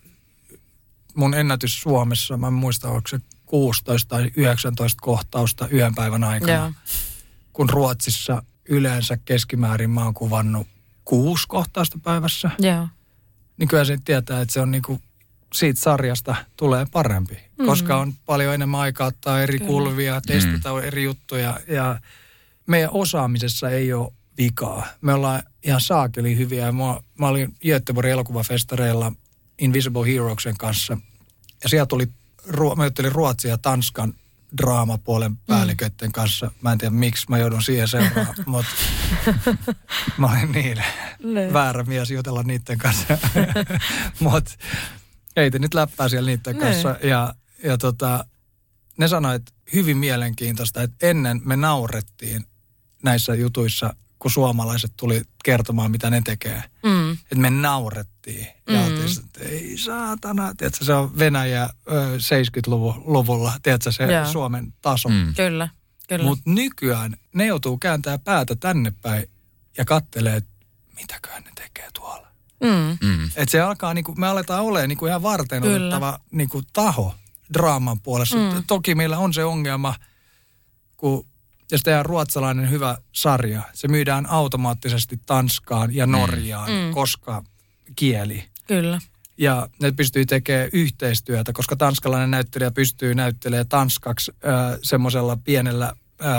mun ennätys Suomessa, mä en muista, onko se 16 tai 19 kohtausta yhden päivän aikana. Joo. Kun Ruotsissa yleensä keskimäärin mä oon kuvannut 6 kohtausta päivässä. Joo. Niin kyllä se tietää, että se on niinku siitä sarjasta tulee parempi. Koska on paljon enemmän aikaa ottaa eri kulvia, testata eri juttuja. Ja meidän osaamisessa ei ole vikaa. Me ollaan ihan saakeli hyviä. Mä olin Göteborgin elokuvafestareilla Invisible Heroesin kanssa. Ja siellä mä juttelin Ruotsin ja Tanskan draamapuolen päälliköiden kanssa. Mä en tiedä, miksi mä joudun siihen seuraamaan, mutta mä olin niin väärä mies jutella niiden kanssa. Mutta heitä nyt läppää siellä niiden kanssa. Ja ne sanoi, että hyvin mielenkiintoista, että ennen me naurettiin näissä jutuissa, kun suomalaiset tuli kertomaan, mitä ne tekee. Että me naurettiin. Ja oltiin, että ei saatana. Tiedätkö, se on Venäjä 70-luvulla, tiedätkö, se Suomen taso. Kyllä. Mutta nykyään ne joutuu kääntämään päätä tänne päin ja kattelee, että mitäköhän ne tekee tuolla. Että se alkaa, niinku, me aletaan olemaan niinku ihan varten otettava niinku taho draaman puolessa. Toki meillä on se ongelma, kun jos tehdään ruotsalainen hyvä sarja, se myydään automaattisesti Tanskaan ja Norjaan, koska kieli. Kyllä. Ja ne pystyy tekemään yhteistyötä, koska tanskalainen näyttelijä pystyy näyttelemään tanskaksi semmoisella pienellä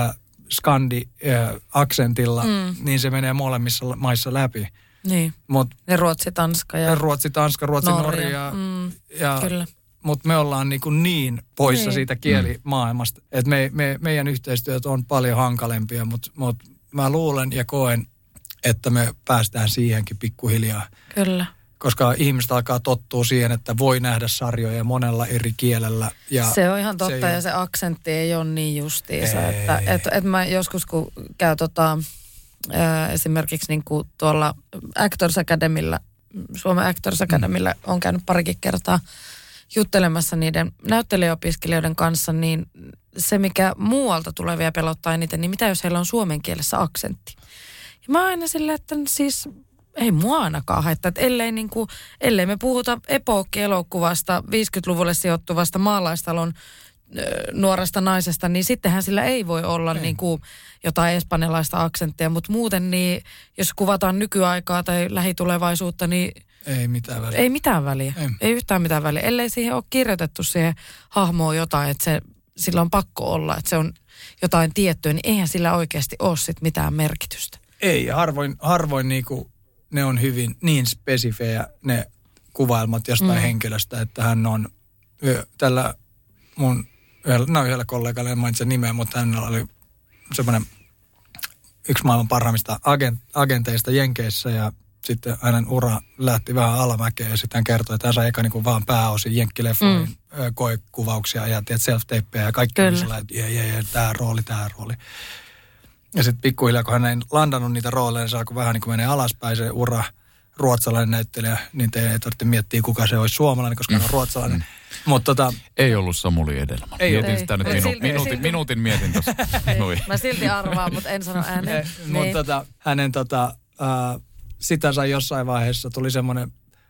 skandi-aksentilla, niin se menee molemmissa maissa läpi. Niin, ne Ruotsi-Tanska ja Ruotsi-Tanska, Ruotsi-Norja. Kyllä. Mutta me ollaan niin poissa siitä kielimaailmasta, että meidän yhteistyöt on paljon hankalempia, mutta mä luulen ja koen, että me päästään siihenkin pikkuhiljaa. Kyllä. Koska ihmiset alkaa tottua siihen, että voi nähdä sarjoja monella eri kielellä. Ja se on ihan totta ja se aksentti ei ole niin justiinsa. Että mä joskus kun käy esimerkiksi niin kuin tuolla Actors Academyllä, Suomen Actors Academyllä on käynyt parikin kertaa juttelemassa niiden näyttelijäopiskelijoiden kanssa, niin se, mikä muualta tulee vielä pelottaa eniten, niin mitä jos heillä on suomen kielessä aksentti? Ja mä aina silleen, että siis ei mua ainakaan haittaa, että ellei me puhuta epookki-elokuvasta, 50-luvulle sijoittuvasta maalaistalon nuoresta naisesta, niin sittenhän sillä ei voi olla niin kuin jotain espanjalaista aksenttia, mutta muuten niin, jos kuvataan nykyaikaa tai lähitulevaisuutta, niin ei mitään väliä. Ei mitään väliä. Ei yhtään mitään väliä. Ellei siihen ole kirjoitettu siihen hahmoon jotain, että sillä on pakko olla, että se on jotain tiettyä, niin eihän sillä oikeasti ole sit mitään merkitystä. Ei, harvoin niinku, ne on hyvin niin spesifejä ne kuvailmat jostain henkilöstä, että hän on tällä mun yhdellä kollegalla, en mainitse nimeä, mutta hänellä oli semmoinen yksi maailman parhaimmista agenteista Jenkeissä ja sitten hänen ura lähti vähän alamäkeen ja sitten hän kertoi, että hän sai eka niin vaan pääosin jenkkileffojen koekuvauksia ja self-tapeja ja kaikki oli sellainen, että tämä rooli. Ja sitten pikkuhiljaa, kun hän ei landannut niitä rooleja, niin se alkoi vähän niin kuin menee alaspäin se ura, ruotsalainen näyttelijä, niin te ei tarvitse miettiä, kuka se olisi suomalainen, koska hän on ruotsalainen. Mutta ei ollut Samuli Edelman. Mietin sitä nyt minuutin mietin tuossa. Mä silti arvaan, mutta en sano ääneen. Mutta hänen sitä sai jossain vaiheessa, tuli semmoinen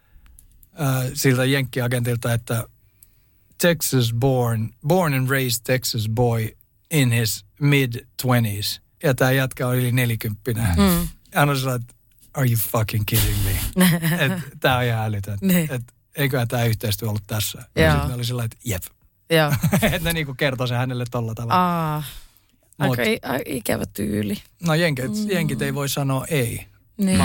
siltä jenkkiagentilta, että Texas born and raised Texas boy in his mid-20s. Ja tämä jätkä on yli 40. Hän on sellainen, että are you fucking kidding me? Tämä on ihan älytön. Että eiköhän tämä yhteistyö ollut tässä. Ja sitten me oli sellainen, että jep. Että ne niinku kertoi se hänelle tolla tavalla. Aika ikävä tyyli. No jenkit ei voi sanoa ei. Niin,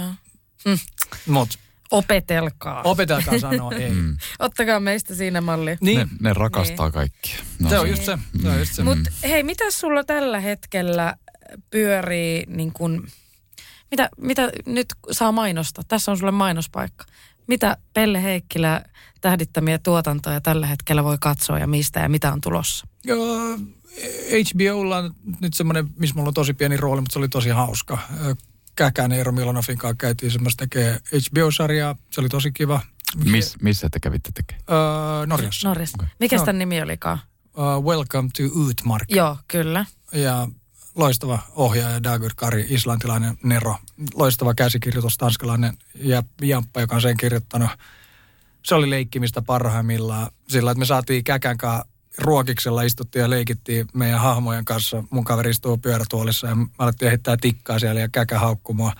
Mut Opetelkaa sanoa ei. Ottakaa meistä siinä malli. Niin. Ne rakastaa kaikkia. No, se on just se. Mutta hei, mitä sulla tällä hetkellä pyörii, niin kun, mitä nyt saa mainostaa? Tässä on sulle mainospaikka. Mitä Pelle Heikkilä tähdittämiä tuotantoja tällä hetkellä voi katsoa ja mistä ja mitä on tulossa? HBOlla on nyt semmoinen, missä mulla on tosi pieni rooli, mutta se oli tosi hauska. Käkään Eero Milanovin kanssa käytiin semmoista tekee HBO-sarjaa. Se oli tosi kiva. Missä te kävitte tekemään? Norjassa. Okay. Mikäs tämän nimi olikaan? Welcome to Utmark. Joo, kyllä. Ja loistava ohjaaja Dagur Kari, islantilainen Nero. Loistava käsikirjoitus, tanskalainen Jamppa, joka on sen kirjoittanut. Se oli leikkimistä parhaimmillaan. Sillä, että me saatiin Käkän kanssa ruokiksella, istuttiin ja leikittiin meidän hahmojen kanssa. Mun kaveri istuu pyörätuolissa ja me alettiin heittää tikkaa siellä ja Käkä haukkui mua.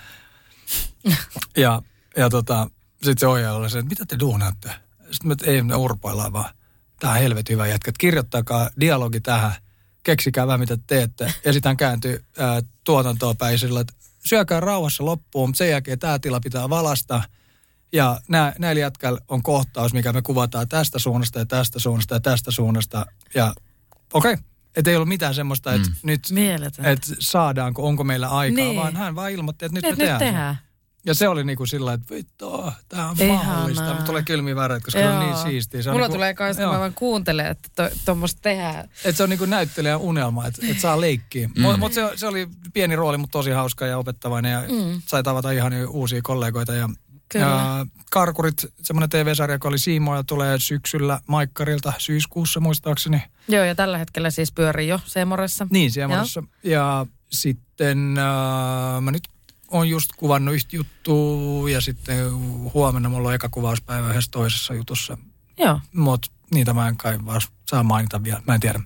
ja sitten se ohjaaja oli se, että mitä te duunaatte? Sitten ei me urpoillaan vaan. Tää on helvetin hyvä jätkät. Kirjoittakaa dialogi tähän. Keksikää vähän mitä teette. Ja sitten hän kääntyy tuotantoon päin sillä, että syökää rauhassa loppuun, mutta sen jälkeen tämä tila pitää valasta. Ja näillä jätkäillä on kohtaus, mikä me kuvataan tästä suunnasta ja tästä suunnasta ja tästä suunnasta. Ja okei. Että ei ollut mitään semmoista, että nyt että saadaanko, onko meillä aikaa, vaan hän vaan ilmoitti, että nyt me tehdään. Ja se oli niinku sillä, että vittu, tää on mahdollista. Mutta tulee kylmiä väreitä, koska se on niin siistiä. Mulla niinku, tulee kanssa, kun mä vaan kuuntelen, että tuommoista tehdään. Että se on niinku näyttelijän unelma, että saa leikkiä. Mutta se oli pieni rooli, mutta tosi hauska ja opettavainen. Ja sai tavata ihan uusia kollegoita. Ja Karkurit, semmoinen TV-sarja, joka oli Siimoja, tulee syksyllä Maikkarilta syyskuussa muistaakseni. Joo, ja tällä hetkellä siis pyörii jo Seemoressa. Niin, Seemoressa. Ja sitten mä nyt olen just kuvannut yhtä juttua ja sitten huomenna mulla on eka kuvauspäivä yhdessä toisessa jutussa. Joo. Mutta niitä mä en kai vaan saa mainita vielä, mä en tiedä.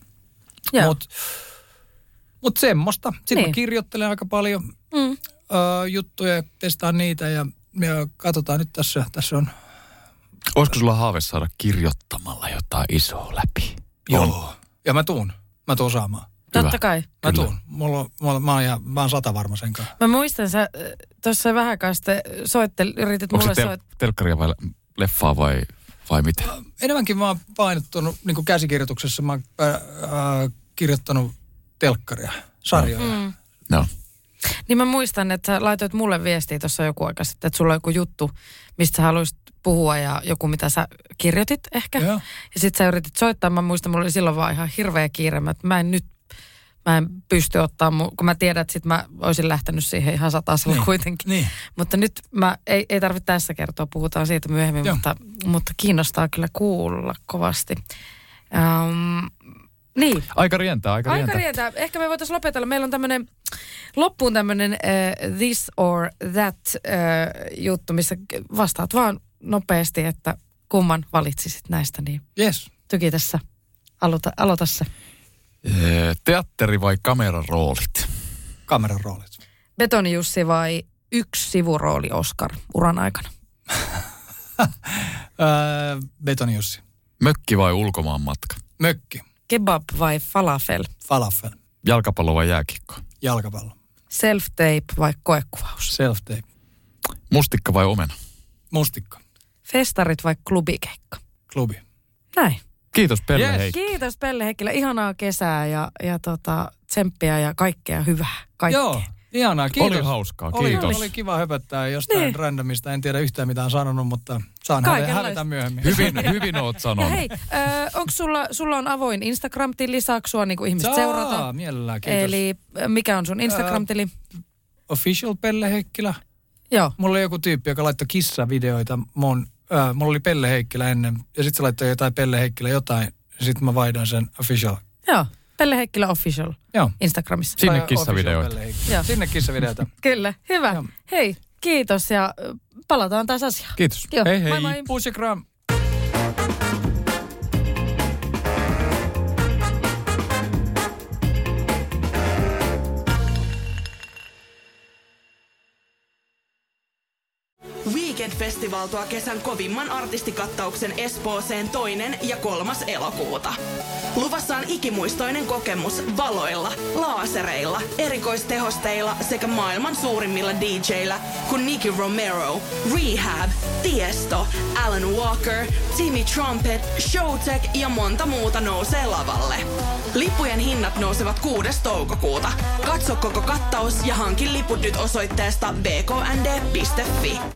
Mutta semmoista. Sitten mä kirjoittelen aika paljon juttuja ja testaan niitä ja katsotaan nyt tässä on. Olisiko sulla haave saada kirjoittamalla jotain isoa läpi? Joo. Ja mä tuun saamaan. Totta kai. Mä tuun. Mä oon 100 varma sen kanssa. Mä muistan, sä tuossa vähän kanssa yritit mulle soittaa. Onko se telkkaria vai leffaa vai mitä? Enemmänkin mä oon painottunut, niin kuin käsikirjoituksessa mä oon kirjoittanut telkkaria, sarjoja. No. Niin mä muistan, että sä laitoit mulle viestiä tuossa joku aika sitten, että sulla on joku juttu, mistä sä haluaisit puhua ja joku, mitä sä kirjoitit ehkä. Joo. Ja sit sä yritit soittaa, mä muistan, mulla oli silloin vaan ihan hirveä kiire, että mä en pysty ottaa, kun mä tiedän, että sit mä olisin lähtenyt siihen ihan satasella kuitenkin. Niin. Mutta nyt ei tarvitse tässä kertoa, puhutaan siitä myöhemmin, mutta kiinnostaa kyllä kuulla kovasti. Niin. Aika rientää. Ehkä me voitaisiin lopetella. Meillä on loppuun tämmöinen this or that juttu, missä vastaat vaan nopeasti, että kumman valitsisit näistä. Niin yes. Tyki tässä. Aloita se. Teatteri vai kameran roolit? Kameran roolit. Betoni Jussi vai 1 sivurooli Oscar uran aikana? Betoni Jussi. Mökki vai ulkomaan matka? Mökki. Kebab vai falafel? Falafel. Jalkapallo vai jääkiekko? Jalkapallo. Self-tape vai koekuvaus? Self-tape. Mustikka vai omena? Mustikka. Festarit vai klubikeikka? Klubi. Näin. Kiitos Pelle Heikkilä. Kiitos Pelle Heikkilä. Ihanaa kesää ja tsemppiä ja kaikkea hyvää. Kaikkea. Joo, ihanaa. Kiitos. Oli hauskaa, kiitos. Oli kiva höpöttää jostain randomista. En tiedä yhtään mitä on sanonut, mutta saan hävetä myöhemmin. Hyvin oot sanonut. Ja hei, onko sulla on avoin Instagram-tili? Saako sua niinku ihmiset seurata? Mielellään, kiitos. Eli mikä on sun Instagram-tili? Official Pelle Heikkilä. Joo. Mulla oli joku tyyppi, joka laittoi kissavideoita mulla oli Pelle Heikkilä ennen, ja sitten se laittoi jotain Pelle Heikkilä jotain, ja sitten mä vaihdoin sen official. Joo. Pelle Heikkilä Official Instagramissa. Sinne kissavideoita. Sinne kissavideoita. Kyllä, hyvä. Joo. Hei, kiitos ja palataan taas asiaan. Kiitos. Joo, hei. Moi moi. Puss ja kram. Weekend-festival tuo kesän kovimman artistikattauksen Espooseen 2. ja 3. elokuuta. Luvassa on ikimuistoinen kokemus valoilla, laasereilla, erikoistehosteilla sekä maailman suurimmilla DJillä kuin Nicky Romero, Rehab, Tiesto, Alan Walker, Timmy Trumpet, Showtek ja monta muuta nousee lavalle. Lippujen hinnat nousevat 6. toukokuuta. Katso koko kattaus ja hankin liput nyt osoitteesta bknd.fi.